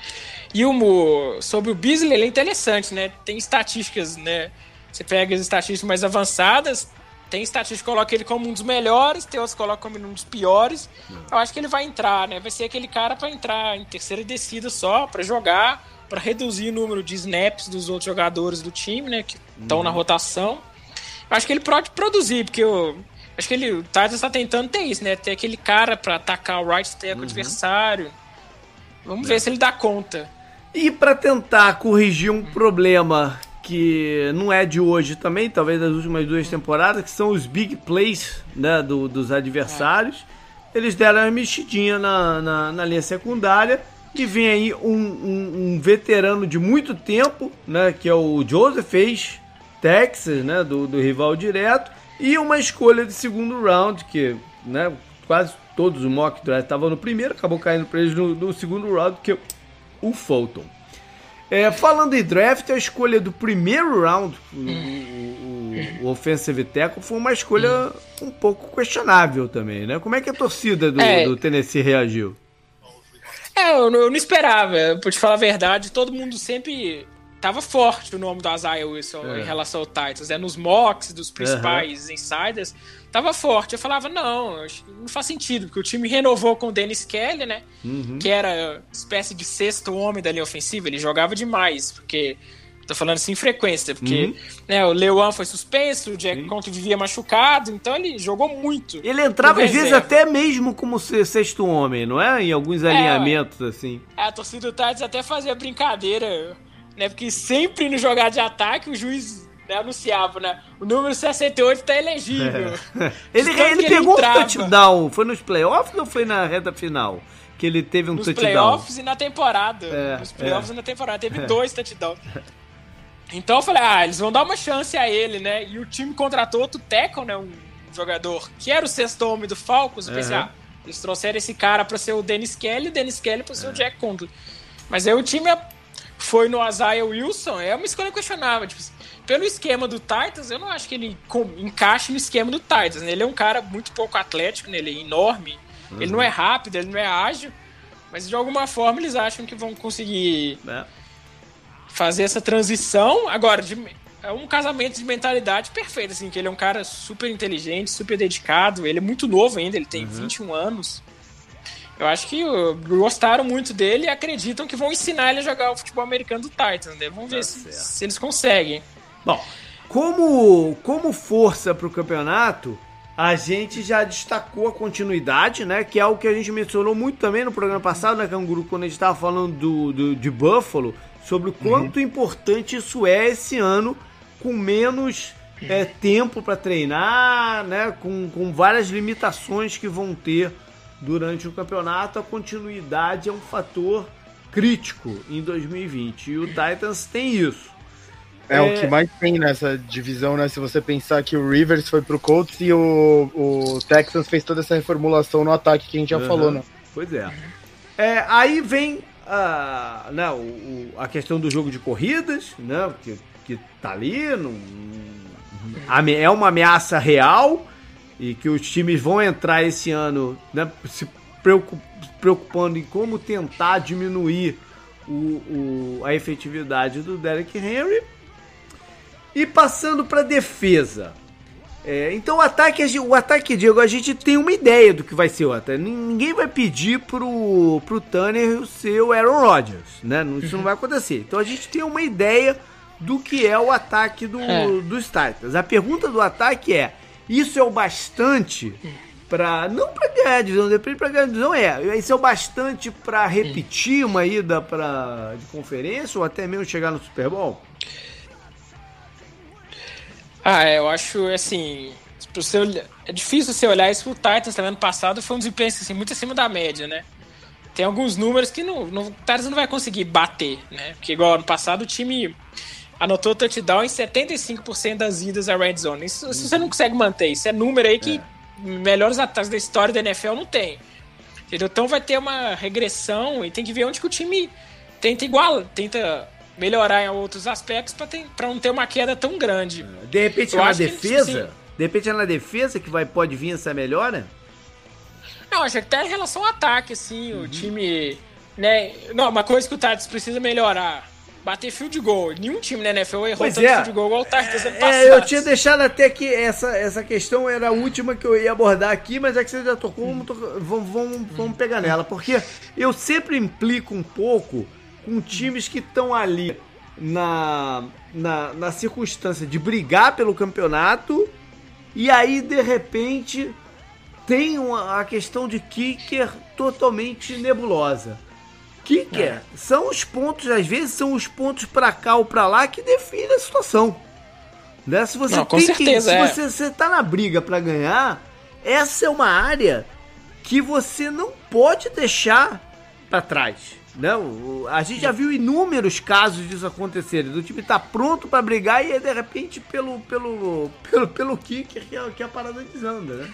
E o, sobre o Beasley, ele é interessante, né? Tem estatísticas, né? Você pega as estatísticas mais avançadas, tem estatística que coloca ele como um dos melhores, tem outros que colocam como um dos piores. Eu acho que ele vai entrar, né? Vai ser aquele cara para entrar em terceira descida só, para jogar, para reduzir o número de snaps dos outros jogadores do time, né? Que estão uhum. na rotação. Eu acho que ele pode produzir, porque eu acho que ele, o Titans está tentando ter isso, né? Ter aquele cara para atacar o right tackle uhum. adversário. Vamos é. ver se ele dá conta. E para tentar corrigir um problema que não é de hoje também, talvez das últimas duas temporadas, que são os big plays, né, do, dos adversários. É. Eles deram uma mexidinha na, na, na linha secundária e vem aí um, um, um veterano de muito tempo, né, que é o Joseph H. Texas, né, do, do rival direto, e uma escolha de segundo round, que, né, quase todos os mock draft estavam no primeiro, acabou caindo para eles no, no segundo round, que é o Fulton. É, falando em draft, a escolha do primeiro round, o, o, o offensive tackle, foi uma escolha um pouco questionável também, né? Como é que a torcida do, é, do Tennessee reagiu? É, eu não, eu não esperava, por te falar a verdade, todo mundo sempre tava forte o nome do Isaiah Wilson é. em relação ao Titans, né? Nos mocks dos principais uhum. insiders, tava forte. Eu falava, não, não faz sentido, porque o time renovou com o Dennis Kelly, né? Uhum. Que era espécie de sexto homem da linha ofensiva, ele jogava demais, porque, tô falando assim, frequência, porque uhum. né, o Lewan foi suspenso, o Jack Conte vivia machucado, então ele jogou muito. Ele entrava às vezes até mesmo como sexto homem, não é? Em alguns alinhamentos, é, assim. É, a torcida do Titans até fazia brincadeira, né? Porque sempre no jogar de ataque o juiz, né, anunciava, né? O número sessenta e oito tá elegível. É. Ele, ele pegou ele um touchdown. Foi nos playoffs ou foi na reta final? Que ele teve um nos touchdown? Nos playoffs e na temporada. É, nos playoffs é. e na temporada. Teve é. dois touchdowns. Então eu falei, ah, eles vão dar uma chance a ele, né? E o time contratou outro tackle, né? Um jogador que era o sexto homem do Falcons. Eu pensei, uhum. ah, eles trouxeram esse cara pra ser o Dennis Kelly, o Dennis Kelly pra ser é. o Jack Conklin. Mas aí o time foi no Isaiah Wilson, é uma escolha questionável. Tipo, pelo esquema do Titans, eu não acho que ele com, encaixe no esquema do Titans, né? Ele é um cara muito pouco atlético, né? Ele é enorme, uhum. ele não é rápido, ele não é ágil, mas de alguma forma eles acham que vão conseguir é. fazer essa transição. Agora, de, é um casamento de mentalidade perfeito, assim, que ele é um cara super inteligente, super dedicado, ele é muito novo ainda, ele tem uhum. vinte e um anos. Eu acho que uh, gostaram muito dele e acreditam que vão ensinar ele a jogar o futebol americano do Titans, né? Vamos ver tá se, se eles conseguem. Bom, como, como força para o campeonato, a gente já destacou a continuidade, né? Que é algo que a gente mencionou muito também no programa passado, né? Que é um grupo quando a gente estava falando do, do, de Buffalo, sobre o quanto uhum. importante isso é esse ano, com menos é, tempo para treinar, né? Com, com várias limitações que vão ter durante o campeonato. A continuidade é um fator crítico em dois mil e vinte e o Titans tem isso. É, é o que mais tem nessa divisão, né? Se você pensar que o Rivers foi pro Colts e o, o Texans fez toda essa reformulação no ataque que a gente já uhum. falou, né? Pois é. é aí vem a, né, o, o, a questão do jogo de corridas, né? Que, que tá ali, num, é uma ameaça real e que os times vão entrar esse ano, né, se preocupando em como tentar diminuir o, o, a efetividade do Derrick Henry. E passando para defesa. É, então o ataque, o ataque, Diego, a gente tem uma ideia do que vai ser o ataque. Ninguém vai pedir pro, pro Tanner ser o Aaron Rodgers, né? Isso não vai acontecer. Então a gente tem uma ideia do que é o ataque do, é. dos Titans. A pergunta do ataque é: isso é o bastante para não para ganhar a divisão, depende para ganhar a divisão, é. Isso é o bastante para repetir uma ida pra, de conferência ou até mesmo chegar no Super Bowl? Ah, eu acho, assim, você olhar, é difícil você olhar isso pro Titans também. Ano passado foi um desempenho assim, muito acima da média, né? Tem alguns números que não, não, o Titans não vai conseguir bater, né? Porque igual ano passado o time anotou touchdown em setenta e cinco por cento das idas à red zone. Isso, isso você não consegue manter, isso é número aí que é. melhores ataques da história da N F L não tem. Entendeu? Então vai ter uma regressão e tem que ver onde que o time tenta igual, tenta melhorar em outros aspectos para não ter uma queda tão grande. De repente é na defesa? Que, de repente é na defesa que vai, pode vir essa melhora? Não, acho que até em relação ao ataque, assim, uhum. o time, né? Não, uma coisa que o Titans precisa melhorar: bater field goal. Nenhum time na N F L errou tanto é. field goal igual o Titans ano passado. É, eu tinha deixado até que essa, essa questão era a última que eu ia abordar aqui, mas é que você já tocou, vamos, vamos, vamos, vamos pegar nela, porque eu sempre implico um pouco com times que estão ali na, na, na circunstância de brigar pelo campeonato e aí, de repente, tem uma, a questão de kicker totalmente nebulosa. Kicker é. são os pontos, às vezes, são os pontos pra cá ou pra lá que definem a situação. Né? Se você Não, com tem certeza, que, é. se você, você tá na briga pra ganhar, essa é uma área que você não pode deixar pra trás. Não, a gente já viu inúmeros casos disso acontecerem, do time tá pronto pra brigar e aí, de repente, pelo, pelo, pelo, pelo kicker que, é, que a parada desanda, né?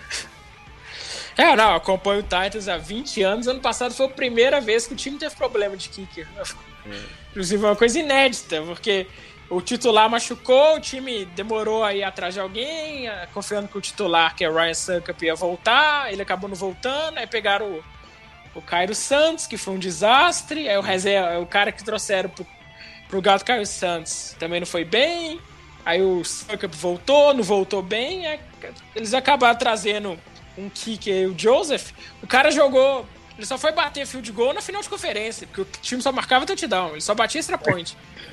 É, não, eu acompanho o Titans há vinte anos. Ano passado foi a primeira vez que o time teve problema de kicker. É. Inclusive uma coisa inédita, porque o titular machucou, o time demorou a ir atrás de alguém, confiando que o titular, que é o Ryan Succop, ia voltar, ele acabou não voltando, aí pegaram o O Cairo Santos, que foi um desastre. Aí o reserva, o cara que trouxeram pro, pro gato Cairo Santos também não foi bem. Aí o Succop voltou, não voltou bem. Aí eles acabaram trazendo um kicker, o Joseph. O cara jogou, ele só foi bater field goal na final de conferência, porque o time só marcava touchdown, ele só batia extra point.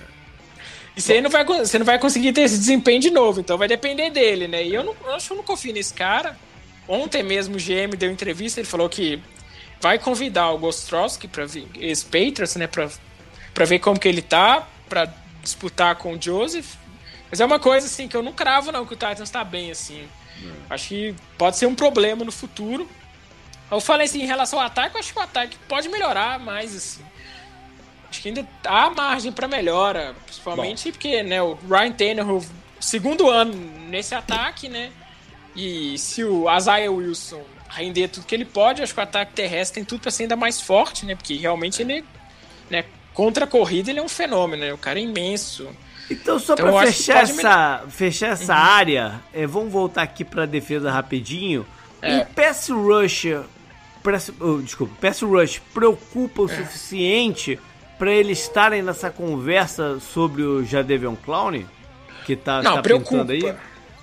E você não vai, você não vai conseguir ter esse desempenho de novo, então vai depender dele, né? E eu, não, eu acho que eu não confio nesse cara. Ontem mesmo o G M deu entrevista, ele falou que vai convidar o Gostrowski para vir, ex-Patriots, né, para para ver como que ele tá, para disputar com o Joseph. Mas é uma coisa assim que eu não cravo não que o Titans tá bem assim. Hum. Acho que pode ser um problema no futuro. Eu falei assim em relação ao ataque, eu acho que o ataque pode melhorar mais assim. Acho que ainda há margem para melhora, principalmente Bom. porque, né, o Ryan Tannehill, segundo ano nesse ataque, né? E se o Isaiah Wilson render tudo que ele pode, acho que o ataque terrestre tem tudo para ser ainda mais forte, né? Porque realmente ele, né, contra a corrida ele é um fenômeno, né? O cara é imenso. Então, só Então, eu para acho que fechar pode essa, fechar essa área, é, vamos voltar aqui para a defesa rapidinho. É. O pass rusher, pass, oh, desculpa, pass rush preocupa o suficiente para eles estarem nessa conversa sobre o Jadeveon Clowney? Que tá, Não, tá preocupa. pintando aí?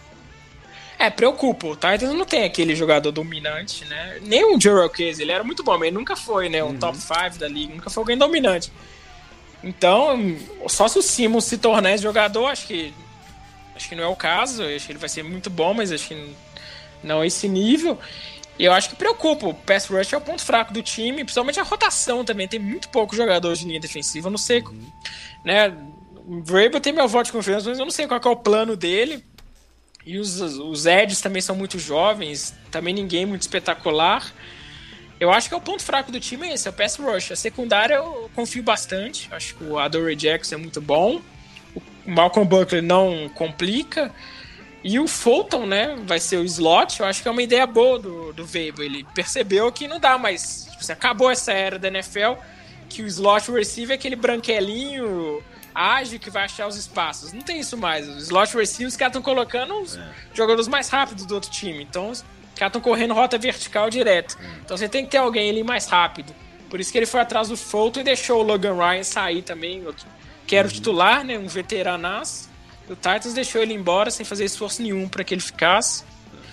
É, preocupa. O Titans não tem aquele jogador dominante, né? Nem o Jurel Case, ele era muito bom, mas ele nunca foi, né? Um Uhum. top cinco da liga, nunca foi alguém dominante. Então, só se o Simmons se tornar esse jogador, acho que acho que não é o caso. Acho que ele vai ser muito bom, mas acho que não é esse nível. E eu acho que preocupa. O pass rush é o ponto fraco do time, principalmente a rotação também. Tem muito poucos jogadores de linha defensiva. Eu não sei, uhum. né? O Vrabel tem meu voto de confiança, mas eu não sei qual que é o plano dele. E os, os edges também são muito jovens, também ninguém muito espetacular. Eu acho que é o ponto fraco do time é esse, é o pass rush. A secundária eu confio bastante. Acho que o Adoree Jackson é muito bom. O Malcolm Butler não complica. E o Fulton, né, vai ser o slot. Eu acho que é uma ideia boa do, do Vrabel. Ele percebeu que não dá mais. Tipo assim, acabou essa era da N F L que o slot receiver é aquele branquelinho ágil que vai achar os espaços. Não tem isso mais. Os slot receivers, os caras estão colocando os é. jogadores mais rápidos do outro time. Então, os caras estão correndo rota vertical direto. É. Então, você tem que ter alguém ali mais rápido. Por isso que ele foi atrás do Fulton e deixou o Logan Ryan sair também, que era o titular, né, um veteranaço. O Titans deixou ele embora sem fazer esforço nenhum para que ele ficasse.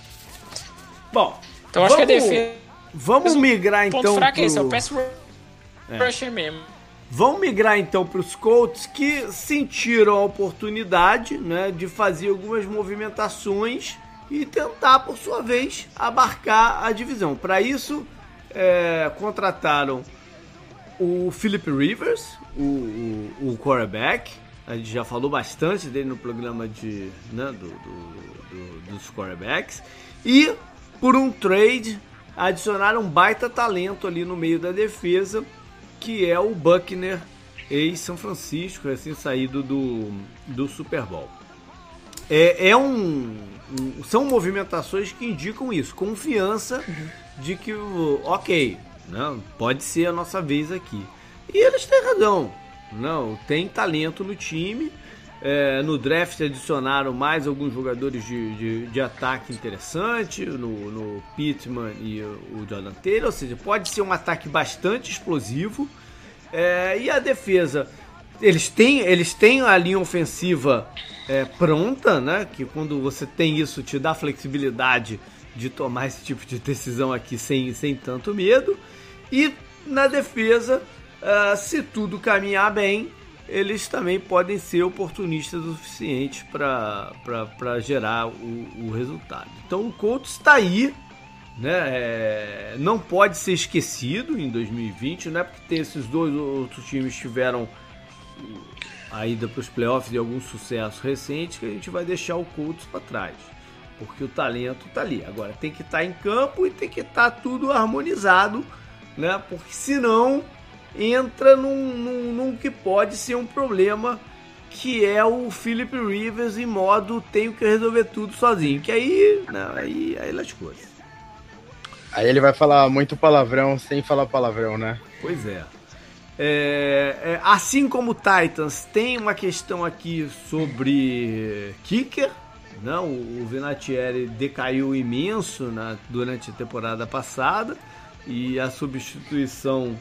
Bom, então acho vamos, que a defesa... Vamos migrar então... O ponto fraco pro... é esse, é o pass rusher é. mesmo. Vamos migrar então para os Colts, que sentiram a oportunidade, né, de fazer algumas movimentações e tentar, por sua vez, abarcar a divisão. Para isso, é, contrataram o Philip Rivers, o, o, o quarterback. A gente já falou bastante dele no programa de, né, do, do, do, dos quarterbacks. E, por um trade, adicionaram um baita talento ali no meio da defesa, que é o Buckner, ex-São Francisco, recém saído do, do Super Bowl. É, é um, um, são movimentações que indicam isso, confiança de que, ok, não, pode ser a nossa vez aqui. E eles têm razão, não, tem talento no time. É, no draft adicionaram mais alguns jogadores de, de, de ataque interessante, no, no Pittman e o Jordan Taylor, ou seja, pode ser um ataque bastante explosivo. É, e a defesa, eles têm, eles têm a linha ofensiva é, pronta, né? Que quando você tem isso te dá flexibilidade de tomar esse tipo de decisão aqui sem, sem tanto medo. E na defesa, uh, se tudo caminhar bem, eles também podem ser oportunistas o suficiente para gerar o, o resultado. Então o Colts está aí, né? É, não pode ser esquecido em dois mil e vinte, não é porque tem esses dois outros times tiveram a ida para os playoffs e algum sucesso recente que a gente vai deixar o Colts para trás, porque o talento está ali. Agora tem que estar em campo e tem que estar tudo harmonizado, né? Porque senão entra num, num, num que pode ser um problema, que é o Philip Rivers em modo tenho que resolver tudo sozinho, que aí, não, aí, aí lascou. Aí ele vai falar muito palavrão sem falar palavrão, né? Pois é. É, é assim como o Titans tem uma questão aqui sobre kicker, não, o Vinatieri decaiu imenso na, durante a temporada passada e a substituição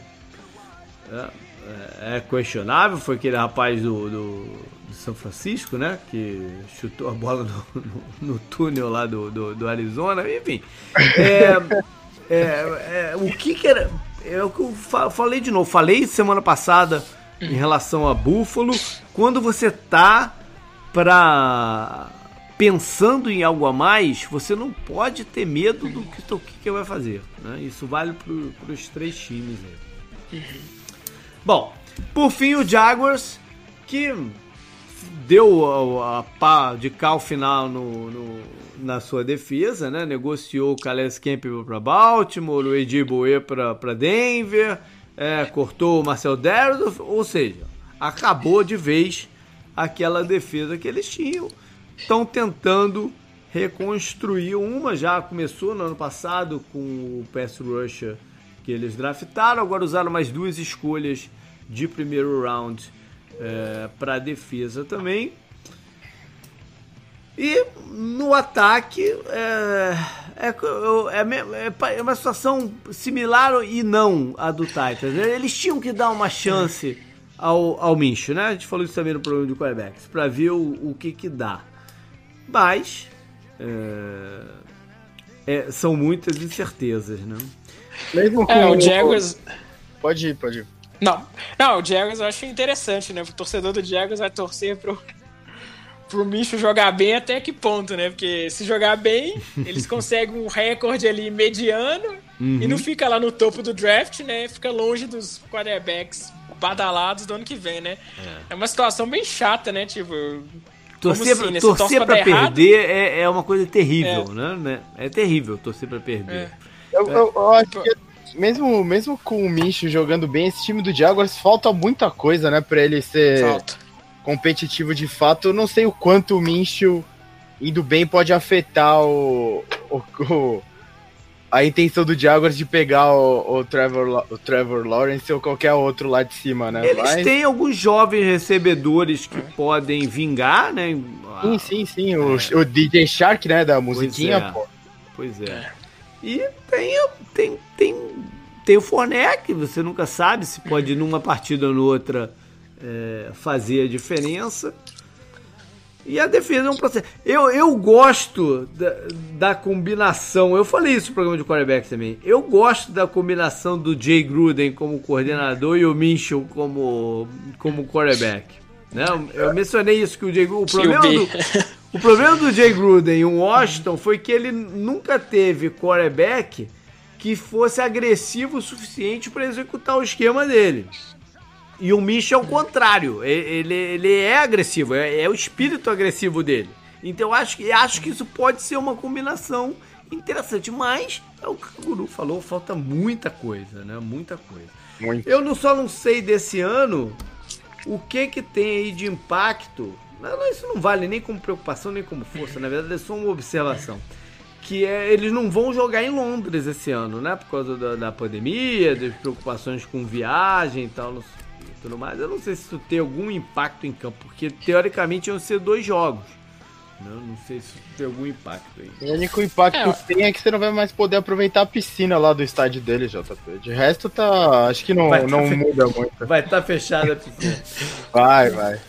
É, é questionável, foi aquele rapaz do, do, do São Francisco, né, que chutou a bola no, no, no túnel lá do, do, do Arizona, enfim. É, é, é, o kicker, é o que eu falei de novo, falei semana passada em relação a Buffalo, quando você tá pra, pensando em algo a mais, você não pode ter medo do que o teu kicker vai fazer, né? Isso vale para os três times aí. Bom, por fim o Jaguars, que deu a, a pá de cal final no, no, na sua defesa, né? Negociou o Calais Campbell para Baltimore, o A J Bouye para Denver, é, cortou o Marcel Daredoff, ou seja, acabou de vez aquela defesa que eles tinham. Estão tentando reconstruir uma, já começou no ano passado com o pass rusher que eles draftaram, agora usaram mais duas escolhas de primeiro round é, para a defesa também. E no ataque é, é, é, é uma situação similar e não a do Titans. Eles tinham que dar uma chance ao, ao Minshew, né? A gente falou isso também no programa de quarterbacks, para ver o, o que que dá. Mas é, é, são muitas incertezas, né? Mesmo com é, o Jaguars... Pode ir, pode ir. Não, não, o Jaguars eu acho interessante, né? O torcedor do Jaguars vai torcer pro... pro Minshew jogar bem até que ponto, né? Porque se jogar bem, eles conseguem um recorde ali mediano uhum. e não fica lá no topo do draft, né? Fica longe dos quarterbacks badalados do ano que vem, né? É, é uma situação bem chata, né? Tipo, torcer, assim, né? torcer pra, pra perder é, é uma coisa terrível, é. né? É terrível torcer pra perder. É. Eu, eu, eu acho que mesmo, mesmo com o Minshew jogando bem, esse time do Jaguars falta muita coisa, né? Pra ele ser... Falta. competitivo de fato. Eu não sei o quanto o Minshew indo bem pode afetar o, o, o a intenção do Jaguars de pegar o, o, Trevor, o Trevor Lawrence ou qualquer outro lá de cima, né? Eles Mas... têm alguns jovens recebedores que podem vingar, né? Sim, sim, sim. O, é. o D J Shark, né? Da musiquinha, pois é. pô. Pois é. E tem, tem, tem, tem o Fournette, que você nunca sabe se pode numa partida ou noutra É, fazer a diferença. E a defesa é um processo. Eu, eu gosto da, da combinação. Eu falei isso no programa de quarterback também. Eu gosto da combinação do Jay Gruden como coordenador e o Minshew como, como quarterback. Né? Eu mencionei isso que o Jay Gruden. O problema do, o problema do Jay Gruden em Washington foi que ele nunca teve quarterback que fosse agressivo o suficiente para executar o esquema dele. E o Minshew é o contrário, ele, ele é agressivo, é, é o espírito agressivo dele. Então eu acho, acho que isso pode ser uma combinação interessante, mas é o que o Guru falou, falta muita coisa, né? Muita coisa. Muito. Eu não, só não sei desse ano o que que tem aí de impacto, não, isso não vale nem como preocupação, nem como força, na verdade é só uma observação. Que é, eles não vão jogar em Londres esse ano, né? Por causa da, da pandemia, das preocupações com viagem e tal, não sei. Tudo mais. Eu não sei se isso tem algum impacto em campo, porque teoricamente iam ser dois jogos. Não, não sei se isso tem algum impacto aí. O único impacto é, que tem é que você não vai mais poder aproveitar a piscina lá do estádio dele, J P. De resto, tá. Acho que não, não fe... muda muito. Vai estar tá fechada a piscina. Vai, vai.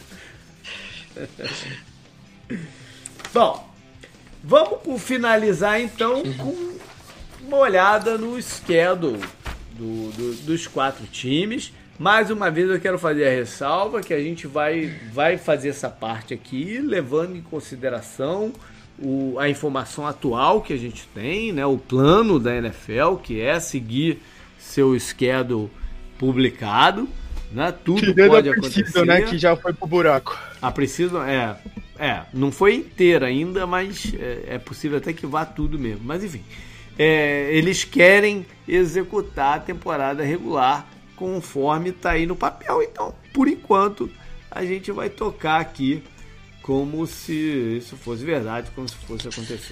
Bom, vamos finalizar então com uma olhada no schedule do, do, dos quatro times. Mais uma vez eu quero fazer a ressalva que a gente vai, vai fazer essa parte aqui, levando em consideração o, a informação atual que a gente tem, né, o plano da N F L, que é seguir seu schedule publicado, né, tudo Tirando pode a acontecer. Né, que já foi pro buraco. A precisa, é, é, não foi inteira ainda, mas é, é possível até que vá tudo mesmo. Mas enfim, é, eles querem executar a temporada regular conforme está aí no papel. Então, por enquanto, a gente vai tocar aqui como se isso fosse verdade, como se fosse acontecer.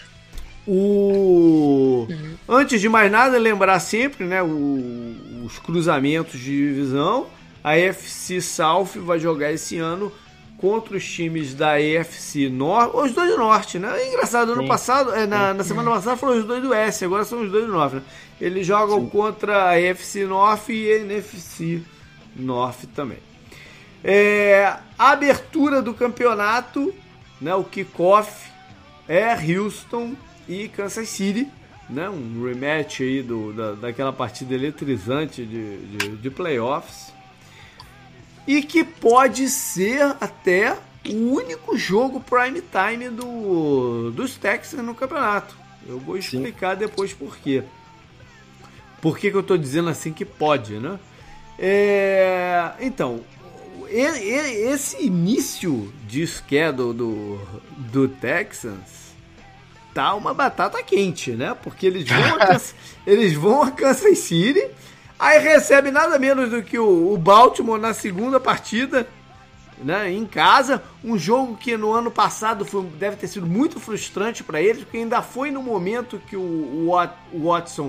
O... Uhum. Antes de mais nada, lembrar sempre, né, o... os cruzamentos de divisão. A A F C South vai jogar esse ano contra os times da A F C Norte, os dois do Norte, né? É engraçado, ano Sim. passado, é, na, na semana passada foram os dois do Oeste, agora são os dois do Norte, né? Eles jogam Sim. contra a A F C North e a N F C North também. É, a abertura do campeonato, né? O kickoff é Houston e Kansas City, né? Um rematch aí do, da, daquela partida eletrizante de, de, de playoffs. E que pode ser até o único jogo prime time do, dos Texans no campeonato. Eu vou explicar Sim. depois por quê. Por que, que eu estou dizendo assim que pode, né? É, então, esse início de schedule do, do Texans tá uma batata quente, né? Porque eles vão a Kansas, eles vão a Kansas City, aí recebe nada menos do que o, o Baltimore na segunda partida, né, em casa, um jogo que no ano passado foi, deve ter sido muito frustrante para eles, porque ainda foi no momento que o, o Watson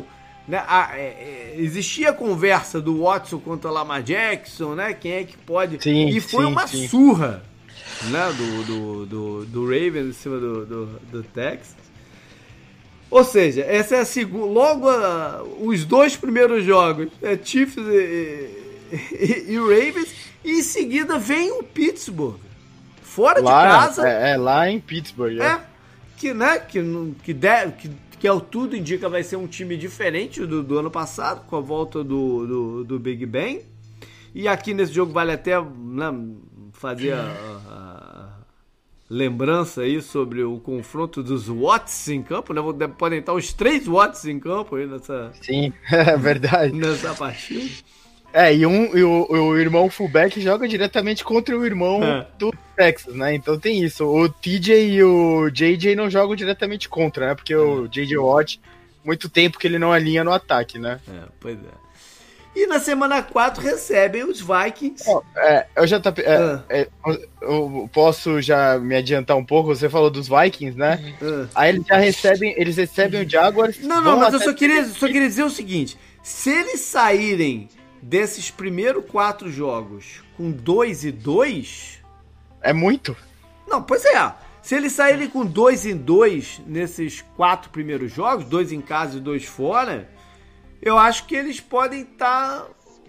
né, a, é, existia a conversa do Watson contra o Lamar Jackson, né? Quem é que pode... Sim, e foi sim, uma sim. surra, né, do, do, do, do Ravens em cima do, do, do Texas. Ou seja, essa é a segunda... Logo, a, os dois primeiros jogos, é Chiefs e, e, e Ravens, e em seguida vem o Pittsburgh. Fora lá, de casa. É, é, lá em Pittsburgh. É, que, né, que, que, deve, que, que ao tudo indica vai ser um time diferente do, do ano passado, com a volta do, do, do Big Ben. E aqui nesse jogo vale até, né, fazer a, a lembrança aí sobre o confronto dos Watts em campo, né? Podem estar os três Watts em campo aí nessa... Sim, é verdade. Nessa partida. É, e, um, e o, o irmão fullback joga diretamente contra o irmão é. do Texas, né? Então tem isso. O T J e o J J não jogam diretamente contra, né? Porque é. o J J Watt, muito tempo que ele não alinha no ataque, né? É, pois é. E na semana quatro recebem os Vikings. Oh, é, eu já tá, é, ah. é, eu posso já me adiantar um pouco? Você falou dos Vikings, né? Ah. Aí eles já recebem, eles recebem o Jaguars. Não, não, mas eu só queria, só queria dizer o seguinte: se eles saírem desses primeiros quatro jogos com dois e dois... É muito? Não, pois é. Se eles saírem com dois e dois nesses quatro primeiros jogos, dois em casa e dois fora, eu acho que eles podem estar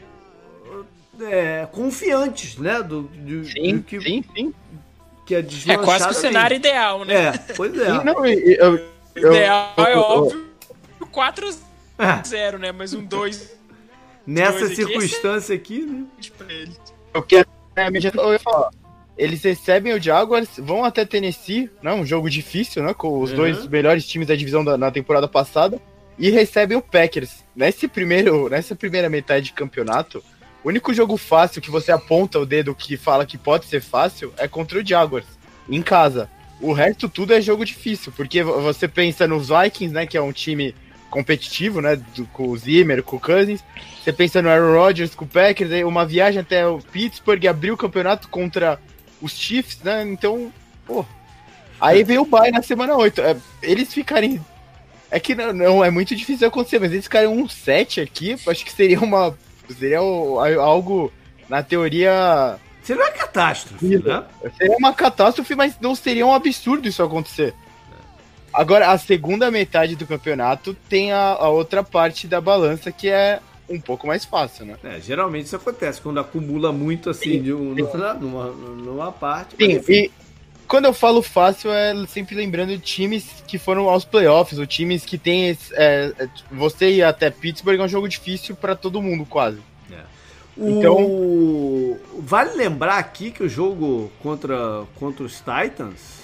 é, confiantes, né? Do, do, sim, do que, sim, sim. Que é, é quase que o cenário ideal, né? É, pois é. Sim, não, eu, eu, ideal eu, eu, é óbvio quatro a zero, né? Mas um dois... Nessa circunstância aqui, né? Eu quero eu ia falar. Eles recebem o Jaguars, vão até Tennessee, né? Um jogo difícil, né? Com os uhum. dois melhores times da divisão da, na temporada passada. E recebem o Packers. Nesse primeiro, nessa primeira metade de campeonato, o único jogo fácil que você aponta o dedo que fala que pode ser fácil é contra o Jaguars, em casa. O resto tudo é jogo difícil, porque você pensa nos Vikings, né? Que é um time competitivo, né? Do, com o Zimmer, com o Cousins. Você pensa no Aaron Rodgers com o Packers, aí uma viagem até o Pittsburgh, abriu o campeonato contra os Chiefs, né? Então, pô. Aí veio o bye na semana oito. É, eles ficarem... É que não, não é muito difícil acontecer, mas eles ficarem um sete aqui, acho que seria uma... Seria algo, na teoria... Seria uma catástrofe, né? Seria uma catástrofe, mas não seria um absurdo isso acontecer. Agora, a segunda metade do campeonato tem a, a outra parte da balança, que é um pouco mais fácil, né? É, geralmente isso acontece, quando acumula muito, assim, sim, de um, numa, numa parte. Sim, e quando eu falo fácil, é sempre lembrando de times que foram aos playoffs, ou times que tem... Esse, é, é, você ir até Pittsburgh é um jogo difícil pra todo mundo, quase. É. Então, o... vale lembrar aqui que o jogo contra, contra os Titans...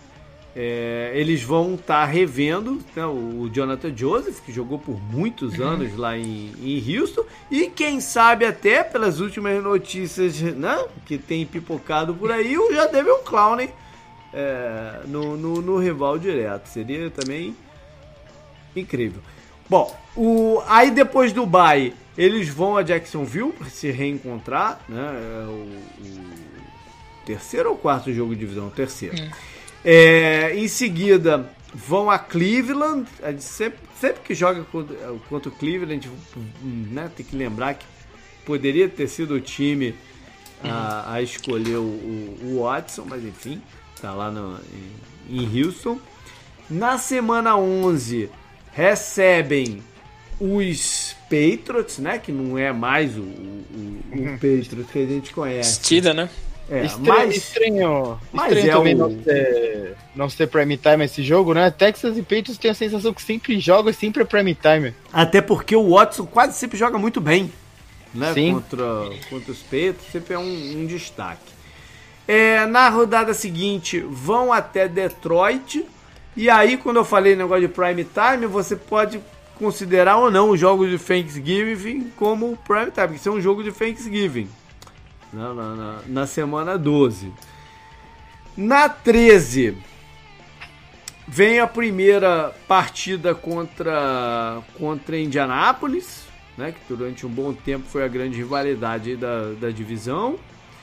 É, eles vão estar tá revendo, né, o Jonathan Joseph, que jogou por muitos anos uhum. lá em, em Houston, e quem sabe até pelas últimas notícias, né, que tem pipocado por aí, o Jadeveon Clowney é, no, no, no rival direto. Seria também incrível. Bom, o, aí depois do bye, eles vão a Jacksonville para se reencontrar, né, é o, o terceiro ou quarto jogo de divisão? O terceiro. Uhum. É, em seguida vão a Cleveland. A gente sempre, sempre que joga contra, contra o Cleveland, a gente, né, tem que lembrar que poderia ter sido o time a, a escolher o, o, o Watson, mas enfim, tá lá no, em, em Houston. Na semana onze recebem os Patriots, né, que não é mais o, o, o Patriots que a gente conhece. Estida, né? É, Estre mas, estranho, mas estranho é também o... não, ser, não ser prime time esse jogo, né? Texas e Patriots tem a sensação que sempre joga e sempre é prime time. Até porque o Watson quase sempre joga muito bem, né? Sim. Contra, contra os Patriots, sempre é um, um destaque. É, na rodada seguinte, vão até Detroit. E aí, quando eu falei negócio de prime time, você pode considerar ou não os jogos de Thanksgiving como prime time, porque isso é um jogo de Thanksgiving. Na, na, na semana doze. Na treze, vem a primeira partida contra, contra Indianápolis, né, que durante um bom tempo foi a grande rivalidade da, da divisão.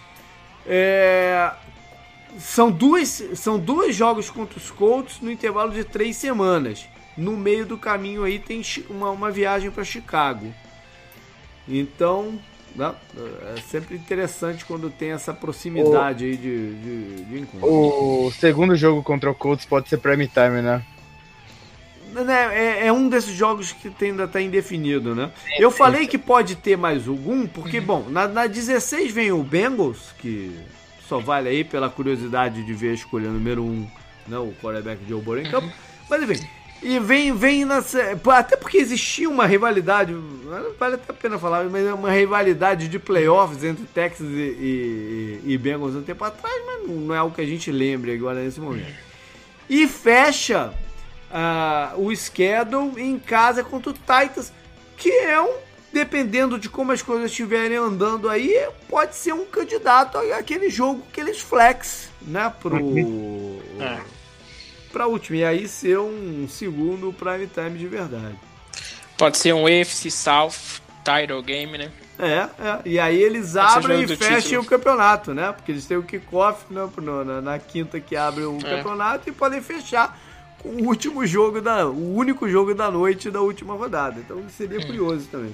É, são, duas, são dois jogos contra os Colts no intervalo de três semanas. no meio do caminho aí tem uma, uma viagem para Chicago. Então, né, é sempre interessante quando tem essa proximidade o, aí de, de, de encontro. O segundo jogo contra o Colts pode ser prime time, né? É, é um desses jogos que ainda está indefinido, né? Eu falei que pode ter mais algum, porque, bom, na, na dezesseis vem o Bengals, que só vale aí pela curiosidade de ver a escolha número um, né, o quarterback Joe Burrow em campo. Mas, enfim, e vem, vem na, até porque existia uma rivalidade, vale até a pena falar, mas é uma rivalidade de playoffs entre Texas e, e, e Bengals um tempo atrás, mas não é algo que a gente lembre agora nesse momento. E fecha uh, o schedule em casa contra o Titans, que é um, dependendo de como as coisas estiverem andando aí, pode ser um candidato àquele jogo, aqueles flex, né, pro... É. Pra última, e aí ser um segundo prime time de verdade. Pode ser um A F C South title game, né? É, é. E aí eles Pode abrem e fecham título. O campeonato, né? Porque eles têm o kickoff né, na, na quinta que abre o é. campeonato e podem fechar com o último jogo, da, o único jogo da noite da última rodada. Então seria hum. curioso também.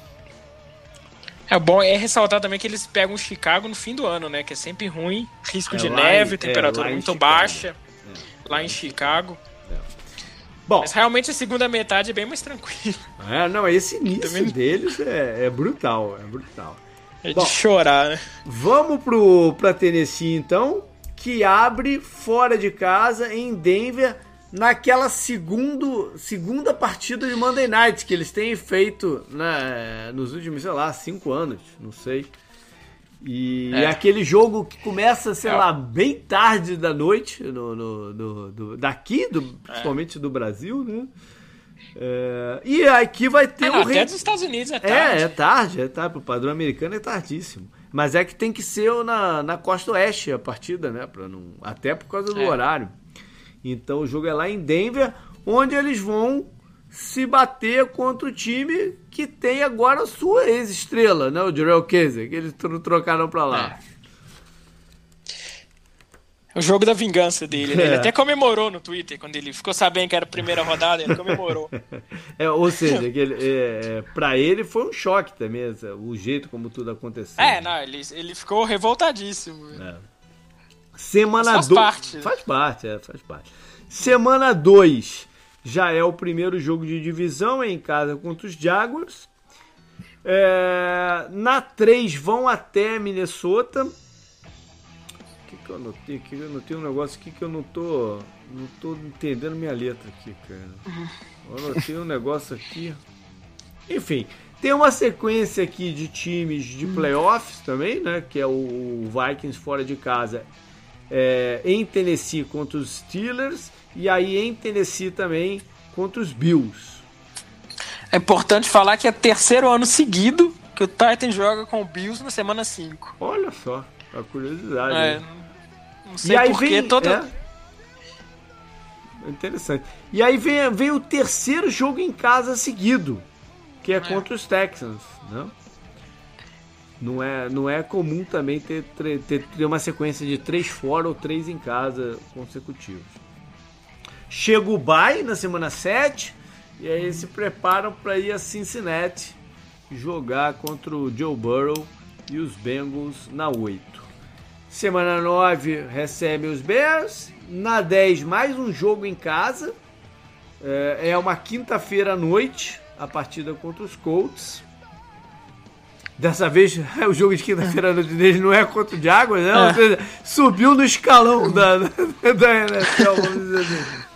É bom é ressaltar também que eles pegam o Chicago no fim do ano, né? Que é sempre ruim, risco é, de neve, em, temperatura é, muito Chicago. baixa. É. Lá em Chicago. É. Bom, mas realmente a segunda metade é bem mais tranquila. É, não, esse início Também... deles é, é brutal, é brutal. É Bom, de chorar, né? Vamos pro, pra Tennessee, então, que abre fora de casa em Denver, naquela segundo, segunda partida de Monday Night que eles têm feito né, nos últimos, sei lá, cinco anos, não sei. E é. aquele jogo que começa, sei é. lá, bem tarde da noite, no, no, no, do, daqui, do, é. principalmente do Brasil, né? É, e aqui vai ter é, um... Não, até dos Estados Unidos é tarde. É, é tarde, é tarde. Pro padrão americano é tardíssimo. Mas é que tem que ser na, na costa oeste a partida, né? Pra não, até por causa do é. horário. Então o jogo é lá em Denver, onde eles vão se bater contra o time que tem agora a sua ex-estrela, né? O Jurel Casey, que eles trocaram pra lá. É. O jogo da vingança dele, né? É. Ele até comemorou no Twitter, quando ele ficou sabendo que era a primeira rodada, ele comemorou. É, ou seja, que ele, é, pra ele foi um choque também, o jeito como tudo aconteceu. É, não, ele, ele ficou revoltadíssimo. É. Semana faz do... parte. Faz parte, é, faz parte. Semana dois. Já é o primeiro jogo de divisão em casa contra os Jaguars. É, na três vão até Minnesota. O que, que eu anotei aqui? Eu anotei um negócio aqui que eu não tô, não tô entendendo minha letra aqui, cara. Eu anotei um negócio aqui. Enfim, tem uma sequência aqui de times de playoffs também, né? Que é o Vikings fora de casa é, em Tennessee contra os Steelers. E aí em Tennessee também contra os Bills. É importante falar que é o terceiro ano seguido que o Titans joga com o Bills na semana cinco. Olha só, a curiosidade. É, não sei porquê. Toda... É interessante. E aí vem, vem o terceiro jogo em casa seguido, que é, é. contra os Texans. Né? Não, é, não é comum também ter, ter, ter uma sequência de três fora ou três em casa consecutivos. Chega o bye na semana sete e aí eles se preparam para ir a Cincinnati jogar contra o Joe Burrow e os Bengals na oito. Semana nove recebe os Bears. Na dez mais um jogo em casa. É uma quinta-feira à noite a partida contra os Colts. Dessa vez o jogo de quinta-feira à noite deles não é contra o Jaguars, né? É. Ou seja, subiu no escalão da, da, da N F L, vamos dizer assim.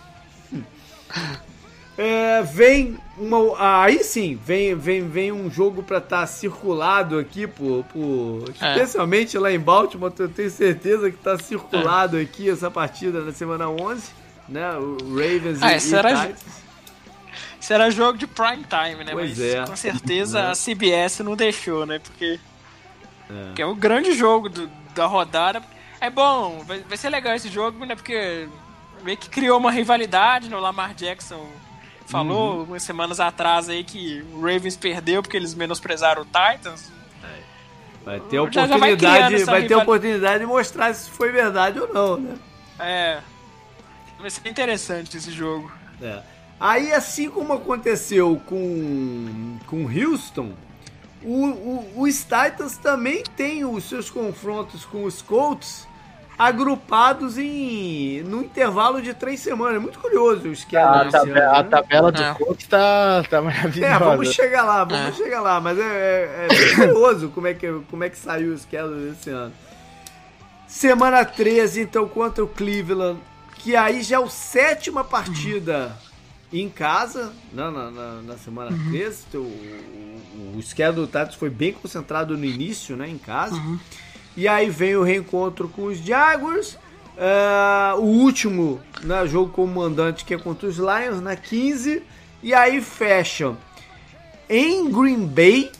É, vem uma, aí sim vem, vem, vem um jogo para estar tá circulado aqui por, por é. especialmente lá em Baltimore. Eu tenho certeza que está circulado é. aqui essa partida na semana onze, né? O Ravens ah, e, e Titans. Isso era jogo de prime time, né? Pois Mas é. com certeza é. a C B S não deixou, né? Porque é, que é o grande jogo do, da rodada. É bom, vai, vai ser legal esse jogo, né? Porque meio que criou uma rivalidade, né? O Lamar Jackson falou uhum. umas semanas atrás aí que o Ravens perdeu porque eles menosprezaram o Titans. Vai ter oportunidade, já já vai, vai ter oportunidade de mostrar se foi verdade ou não, né? É. Vai ser interessante esse jogo. É. Aí, assim como aconteceu com, com Houston, o, o, os Titans também têm os seus confrontos com os Colts agrupados em no intervalo de três semanas. É muito curioso o esquema. A, tabela, ano, né? a tabela do é. Colts tá, tá maravilhosa. É, vamos chegar lá, vamos é. chegar lá. Mas é, é, é bem curioso como é, que, como é que saiu o esquema desse ano. Semana treze, então, contra o Cleveland, que aí já é a sétima partida em casa, né, na, na, na semana uhum. treze. O, o, o schedule do Titans foi bem concentrado no início, né, em casa. Uhum. E aí vem o reencontro com os Jaguars. Uh, o último, né, jogo como mandante, que é contra os Lions, na quinze. E aí fecham em Green Bay,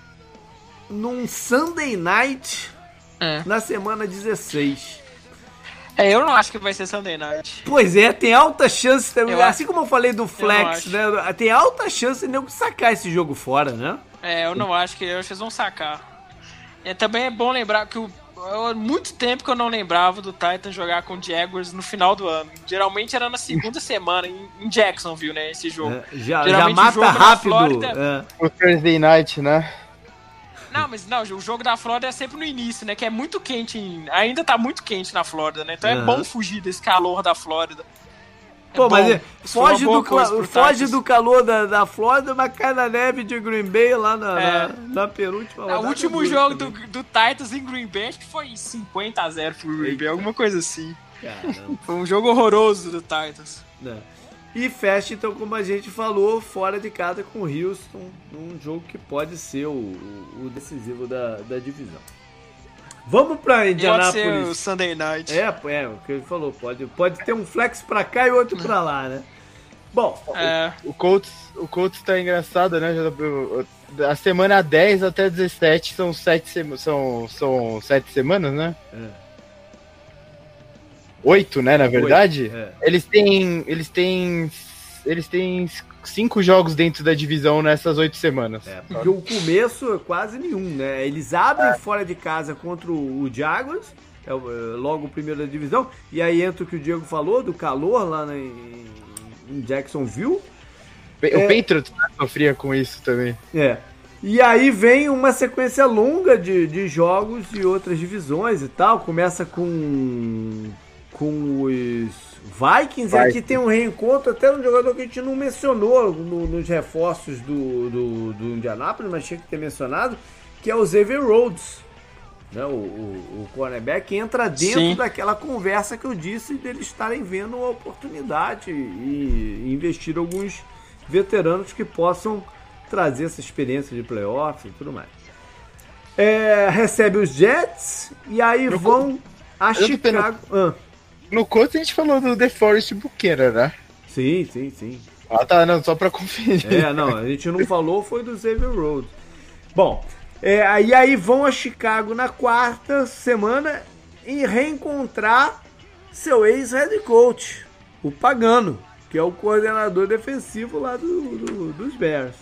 num Sunday Night, é. na semana dezesseis. É, eu não acho que vai ser Sunday Night. Pois é, tem alta chance também. Eu assim como eu falei do Flex, né? Tem alta chance de eu sacar esse jogo fora, né? É, eu não acho que, eu acho que eles vão sacar. É, também é bom lembrar que há muito tempo que eu não lembrava do Titans jogar com o Jaguars no final do ano. Geralmente era na segunda semana, em, em Jacksonville, né? Esse jogo. É, já, já mata rápido. Flórida, é. O Thursday Night, né? Não, mas não, o jogo da Flórida é sempre no início, né? Que é muito quente, em, ainda tá muito quente na Flórida, né? Então uhum. é bom fugir desse calor da Flórida. É Pô, bom, mas é, foge, do, foge do calor da, da Flórida, mas cai na neve de Green Bay lá na, é. na, na penúltima rodada. O último jogo do, do Titans em Green Bay, acho que foi cinquenta a zero pro Green Bay, alguma coisa assim. Caramba. Foi um jogo horroroso do Titans. É. E fecha, então, como a gente falou, fora de casa com o Houston, um jogo que pode ser o, o decisivo da, da divisão. Vamos pra Indianápolis. Pode ser o Sunday Night. É, é, o que ele falou, pode, pode ter um flex pra cá e outro pra lá, né? Bom, é. o, o, Colts, o Colts tá engraçado, né? A semana dez até dezessete são sete, sema, são, são sete semanas, né? É. Oito, né, na verdade? Oito, é. Eles têm. Eles têm. Eles têm cinco jogos dentro da divisão nessas oito semanas. É, porque o começo é quase nenhum, né? Eles abrem é. fora de casa contra o Jaguars, é logo o primeiro da divisão, e aí entra o que o Diego falou, do calor lá na, em, em Jacksonville. O é, Patriots sofria com isso também. É. E aí vem uma sequência longa de, de jogos de outras divisões e tal. Começa com. com os Vikings, e aqui tem um reencontro até um jogador que a gente não mencionou no, nos reforços do, do, do Indianapolis, mas tinha que ter mencionado, que é o Xavier Rhodes, né? o, o, o cornerback, que entra dentro Sim. daquela conversa que eu disse deles estarem vendo a oportunidade e, e investir alguns veteranos que possam trazer essa experiência de playoff e tudo mais. É, recebe os Jets e aí eu vão a eu Chicago... Ah. No Colts a gente falou do DeForest Buckner, né? Sim, sim, sim. Ah, tá, não, só pra conferir. É, não, a gente não falou, foi do Xavier Rhodes. Bom, é, e aí vão a Chicago na quarta semana e reencontrar seu ex-head coach, o Pagano, que é o coordenador defensivo lá do, do, dos Bears.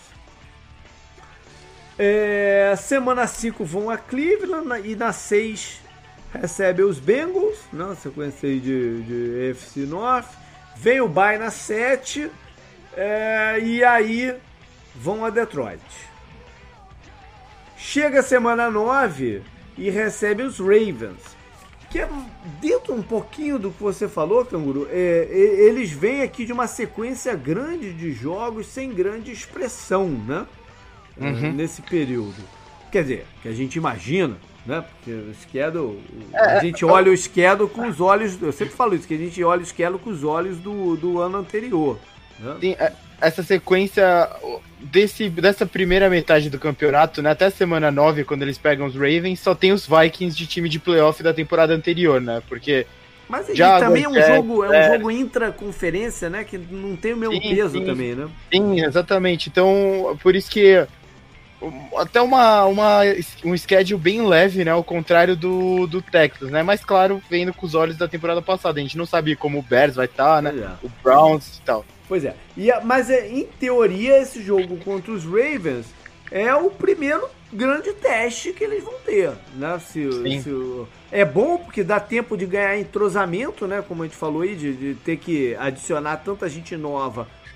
É, semana cinco vão a Cleveland e na seis recebe os Bengals, na sequência aí de, de A F C North. Vem o bye na sete. É, e aí vão a Detroit. Chega a semana nove e recebe os Ravens. Que é dentro um pouquinho do que você falou, Canguru. É, eles vêm aqui de uma sequência grande de jogos sem grande expressão, né? Uhum. É, nesse período. Quer dizer, que a gente imagina, né? Porque o schedule, a gente olha o schedule com os olhos, eu sempre falo isso, que a gente olha o schedule com os olhos do, do ano anterior, né? Sim, essa sequência desse, dessa primeira metade do campeonato, né, até a semana nove, quando eles pegam os Ravens, só tem os Vikings de time de playoff da temporada anterior, né? Porque mas já também é um é, jogo, é um é, jogo intra-conferência, né? Que não tem o mesmo sim, peso sim, também, né? Sim, exatamente. Então, por isso que até uma, uma, um schedule bem leve, né? Ao contrário do, do Texas, né? Mas claro, vendo com os olhos da temporada passada. A gente não sabia como o Bears vai estar, né? É. O Browns e tal. Pois é. E, mas é, em teoria, esse jogo contra os Ravens é o primeiro grande teste que eles vão ter, né? Se, se, é bom porque dá tempo de ganhar entrosamento, né? Como a gente falou aí, de, de ter que adicionar tanta gente nova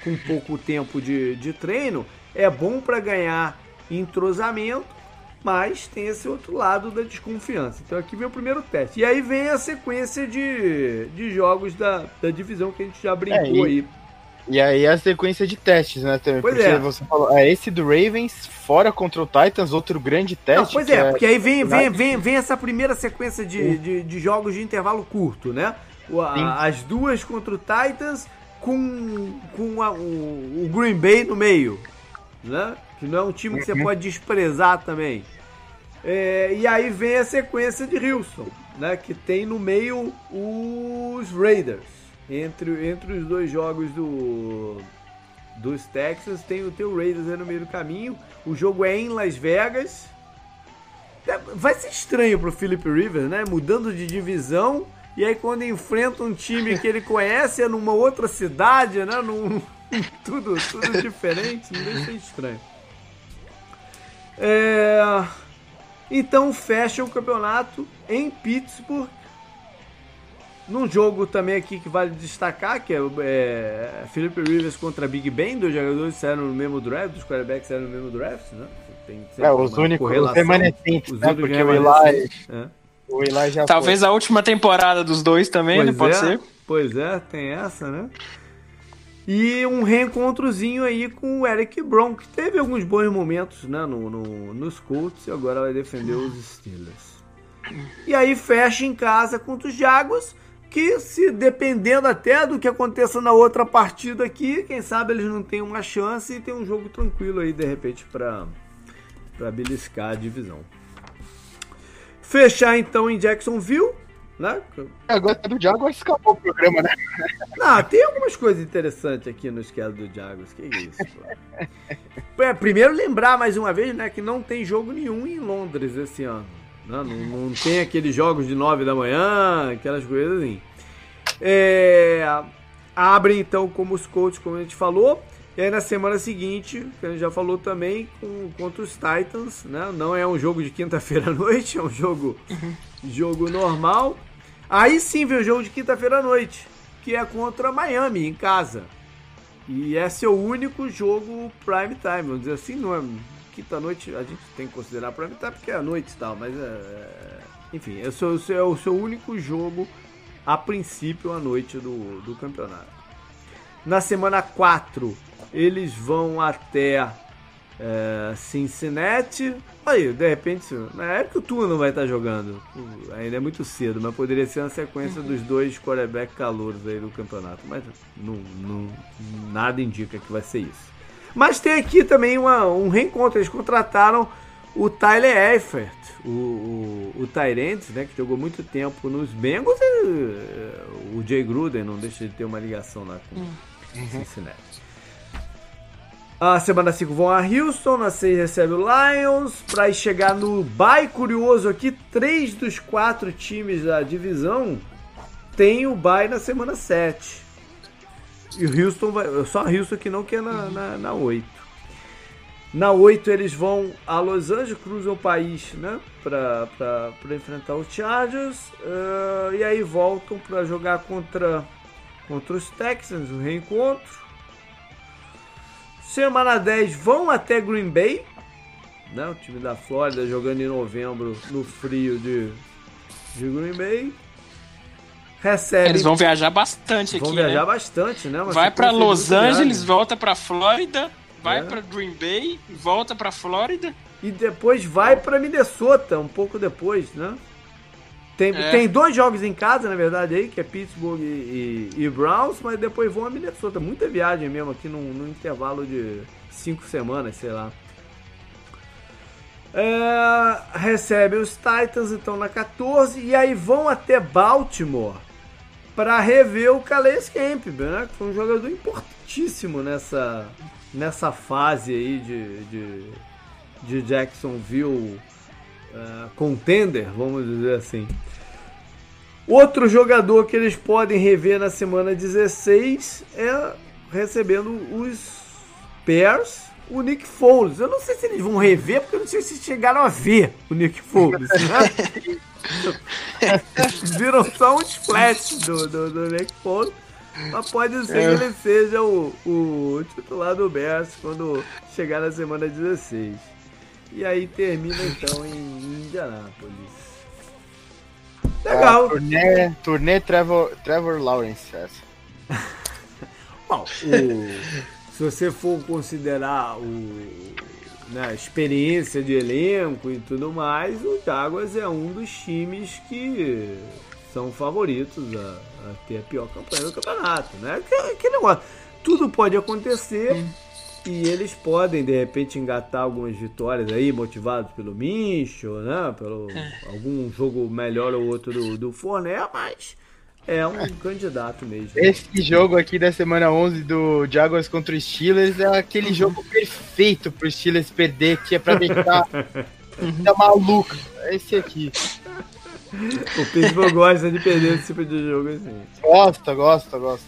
com pouco tempo de, de treino, é bom para ganhar entrosamento, mas tem esse outro lado da desconfiança. Então aqui vem o primeiro teste. E aí vem a sequência de, de jogos da, da divisão que a gente já brincou é, e, aí. E aí a sequência de testes, né? Também, pois porque é. Você falou, é esse do Ravens, fora contra o Titans, outro grande teste. Não, pois é, é, porque aí vem, vem, vem, vem essa primeira sequência de, de, de jogos de intervalo curto, né? O, a, as duas contra o Titans com, com a, o, o Green Bay no meio, né? Que não é um time que você pode desprezar também. É, e aí vem a sequência de Houston, né? Que tem no meio os Raiders. Entre, entre os dois jogos do, dos Texans, tem o teu Raiders aí no meio do caminho. O jogo é em Las Vegas. Vai ser estranho pro Philip Rivers, né? Mudando de divisão. E aí quando enfrenta um time que ele conhece é numa outra cidade, né? Num, tudo, tudo diferente. Não deixa estranho. É... Então fecha o campeonato em Pittsburgh. Num jogo também aqui que vale destacar, que é, é Philip Rivers contra Big Ben, dois jogadores saíram no mesmo draft, os quarterbacks saíram no mesmo draft, né? Tem é, os únicos remanescentes, né? Porque o Eli, é. o Eli já Talvez foi. A última temporada dos dois também, pois né? Pode é, ser. Pois é, tem essa, né? E um reencontrozinho aí com o Eric Brown, que teve alguns bons momentos, né, no, no, nos Colts e agora vai defender os Steelers. E aí fecha em casa contra os Jaguars, que se dependendo até do que aconteça na outra partida aqui, quem sabe eles não têm uma chance e tem um jogo tranquilo aí de repente para para beliscar a divisão. Fechar então em Jacksonville, né? Agora do Jaguars acabou o programa, né? Não, tem algumas coisas interessantes aqui no esquema do Jaguars, que isso, pô. É, primeiro lembrar mais uma vez, né, que não tem jogo nenhum em Londres esse ano. Não, não, não tem aqueles jogos de nove da manhã, aquelas coisas assim. É, abre então como os Colts, como a gente falou. E aí na semana seguinte, que a gente já falou também, com, contra os Titans, né? Não é um jogo de quinta-feira à noite, é um jogo, jogo normal. Aí sim vem o jogo de quinta-feira à noite, que é contra Miami, em casa. E esse é o único jogo prime time, vamos dizer assim, não é... Quinta-noite a gente tem que considerar para mim, tá? Porque é a noite e tal, mas é... enfim, é o, seu, é o seu único jogo a princípio à noite do, do campeonato. Na semana quatro, eles vão até é, Cincinnati. Aí, de repente, na época o Tua não vai estar jogando, ainda é muito cedo, mas poderia ser uma sequência dos dois quarterback calouros aí do campeonato, mas não, não, nada indica que vai ser isso. Mas tem aqui também uma, um reencontro. Eles contrataram o Tyler Eifert, o, o, o Tyrant, né, que jogou muito tempo nos Bengals. E, o Jay Gruden não deixa de ter uma ligação lá com uhum. Cincinnati. A semana cinco vão a Houston, na seis recebe o Lions, para chegar no bye curioso aqui. Três dos quatro times da divisão tem o bye na semana sete. E o Houston vai. Só Houston que não quer na, na, na oito. Na oito eles vão a Los Angeles, cruzam o país, né? Pra, pra, pra enfrentar os Chargers. Uh, e aí voltam pra jogar contra, contra os Texans, o reencontro. Semana dez vão até Green Bay, né? O time da Flórida jogando em novembro no frio de, de Green Bay. Recebe... Eles vão viajar bastante vão aqui, viajar né? bastante, né? Vai para Los Angeles, viagem. Volta para Flórida, vai é. para Green Bay, volta para Flórida. E depois vai para Minnesota, um pouco depois, né? Tem, é. tem dois jogos em casa, na verdade, aí, que é Pittsburgh e, e, e Browns, mas depois vão a Minnesota. Muita viagem mesmo aqui num, num intervalo de cinco semanas, sei lá. É, recebe os Titans, então, na quatorze, e aí vão até Baltimore para rever o Calais Campbell, né? Que foi um jogador importantíssimo nessa, nessa fase aí de, de, de Jacksonville uh, contender, vamos dizer assim. Outro jogador que eles podem rever na semana dezesseis é recebendo os Bears, o Nick Foles. Eu não sei se eles vão rever, porque eu não sei se chegaram a ver o Nick Foles, né? Viram só um splash do, do, do Nick Foles. Mas pode ser é. que ele seja o, o titular do Bears quando chegar na semana dezesseis. E aí termina então em Indianápolis. Legal. É, turnê, turnê Trevor, Trevor Lawrence. Essa. Bom, o, se você for considerar o, né, a experiência de elenco e tudo mais, o Jaguars é um dos times que são favoritos a, a ter a pior campanha do campeonato, né? Que, que negócio, tudo pode acontecer. Hum. E eles podem, de repente, engatar algumas vitórias aí, motivados pelo Minshew, né? Pelo é. algum jogo melhor ou outro do, do Fournette, mas é um é. candidato mesmo. Esse jogo aqui da semana onze do Jaguars contra os Steelers é aquele uhum. jogo perfeito para os Steelers perder, que é para deixar tá maluco. Esse aqui. O Pittsburgh gosta de perder esse tipo de jogo assim. Gosta, gosta, gosta.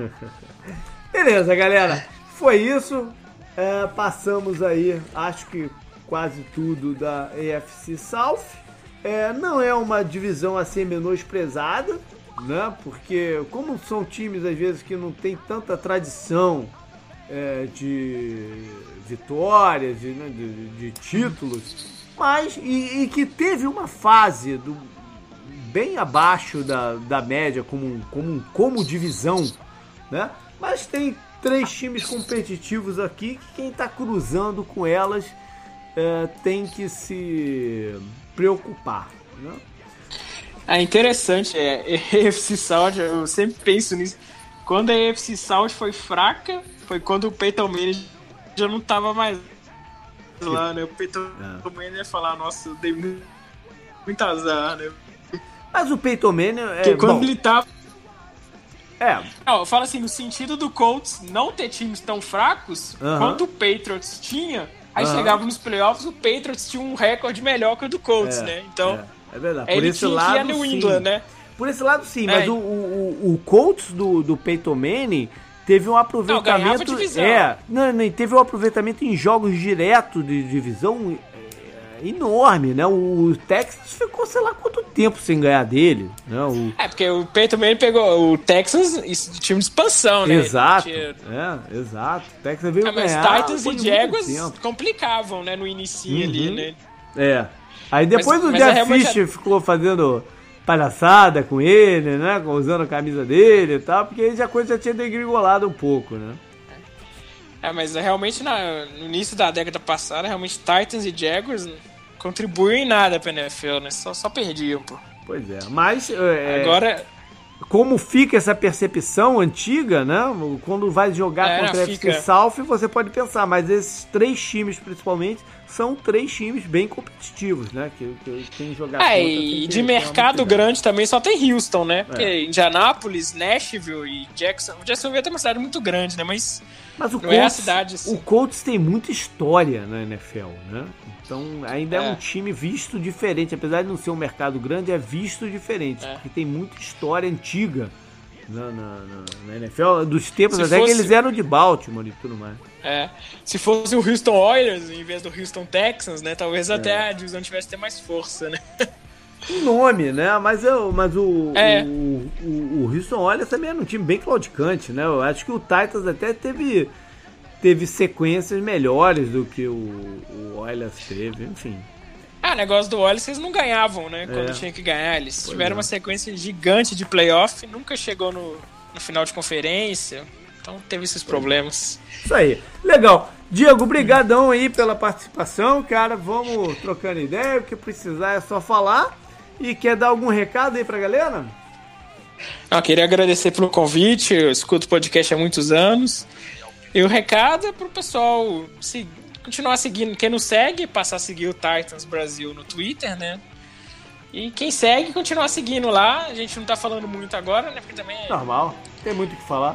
Beleza, galera. Foi isso. É, passamos aí, acho que quase tudo da A F C South. É, não é uma divisão a ser menosprezada, né? Porque como são times às vezes que não tem tanta tradição é, de vitórias, de, né, de, de títulos, mas e, e que teve uma fase do, bem abaixo da, da média como, como, como divisão, né? Mas tem três times competitivos aqui que quem está cruzando com elas é, tem que se preocupar, né? É interessante, é, a F C South, eu sempre penso nisso. Quando a A F C South foi fraca, foi quando o Peyton Manning já não estava mais lá, né? O Peyton é. Manning ia falar, nossa, eu dei muito, muito azar, né? Mas o Peyton Manning é... Porque quando bom, ele tava... É. Não, eu falo assim, no sentido do Colts não ter times tão fracos uh-huh. quanto o Patriots tinha, aí uh-huh. chegava nos playoffs, o Patriots tinha um recorde melhor que o do Colts, é, né? Então, é, é verdade. Por ele esse tinha lado, que ir a New England, sim. né? Por esse lado, sim, é. mas o, o, o Colts do, do Peyton Manning teve um aproveitamento... Não, divisão. É, não, não, teve um aproveitamento em jogos direto de divisão enorme, né? O Texas ficou, sei lá, quanto tempo sem ganhar dele, né? O... É, porque o Peyton Manning pegou o Texas, isso de time de expansão, né? Exato, tinha... é, exato. O Texas veio é, mas ganhar. Titans e Jaguars complicavam, né? No inicinho uhum. ali, né? É. Aí depois mas, o Jeff Fisher ficou fazendo palhaçada com ele, né? Usando a camisa dele e tal, porque aí a coisa já tinha degringolado um pouco, né? É, mas realmente na, no início da década passada, realmente Titans e Jaguars contribuem em nada pra N F L, né? Só, só perdiam, pô. Pois é, mas... É, agora... Como fica essa percepção antiga, né? Quando vai jogar é, contra a F C South, você pode pensar, mas esses três times, principalmente, são três times bem competitivos, né? Que, que tem jogado. É, e de mercado grande também só tem Houston, né? Porque é. Indianápolis, Nashville e Jackson. O Jacksonville é uma cidade muito grande, né? Mas, mas o não Colts, é a cidade assim. O Colts tem muita história na N F L, né? Então ainda é. é um time visto diferente, apesar de não ser um mercado grande, é visto diferente, é. porque tem muita história antiga na, na, na, na N F L, dos tempos Se até fosse... que eles eram de Baltimore e tudo mais. É, se fosse o Houston Oilers em vez do Houston Texans, né, talvez é. até a divisão tivesse até mais força, né? O nome, né, mas, eu, mas o, é. o, o, o Houston Oilers também era um time bem claudicante, né, eu acho que o Titans até teve... teve sequências melhores do que o, o Oilers teve, enfim. Ah, o negócio do Oilers, eles não ganhavam, né? Quando é. tinha que ganhar. Eles pois tiveram é. uma sequência gigante de playoff, nunca chegou no, no final de conferência. Então teve esses problemas. Isso aí. Legal. Diego, brigadão aí pela participação, cara. Vamos trocando ideia. O que precisar é só falar. E quer dar algum recado aí pra galera? Eu queria agradecer pelo convite. Eu escuto o podcast há muitos anos. E o recado é pro pessoal se, continuar seguindo. Quem não segue, passar a seguir o Titans Brasil no Twitter, né? E quem segue, continuar seguindo lá. A gente não tá falando muito agora, né? Porque também é... normal, tem muito o que falar.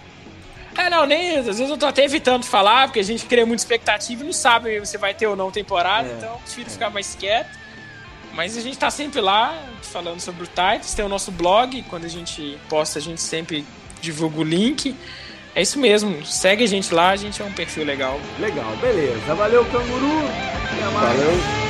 É, não, nem... Às vezes eu tô até evitando falar, porque a gente cria muita expectativa e não sabe se vai ter ou não temporada. É, então eu prefiro é. ficar mais quieto. Mas a gente tá sempre lá, falando sobre o Titans. Tem o nosso blog, quando a gente posta, a gente sempre divulga o link. É isso mesmo, segue a gente lá, a gente é um perfil legal. Legal, beleza. Valeu, Canguru. Até mais. Valeu.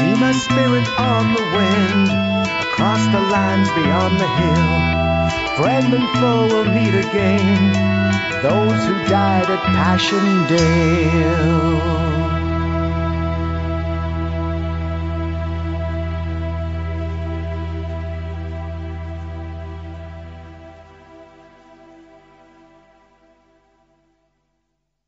See my spirit on the wind, across the lands beyond the hill. Friend and foe will meet again, those who died at Passchendaele.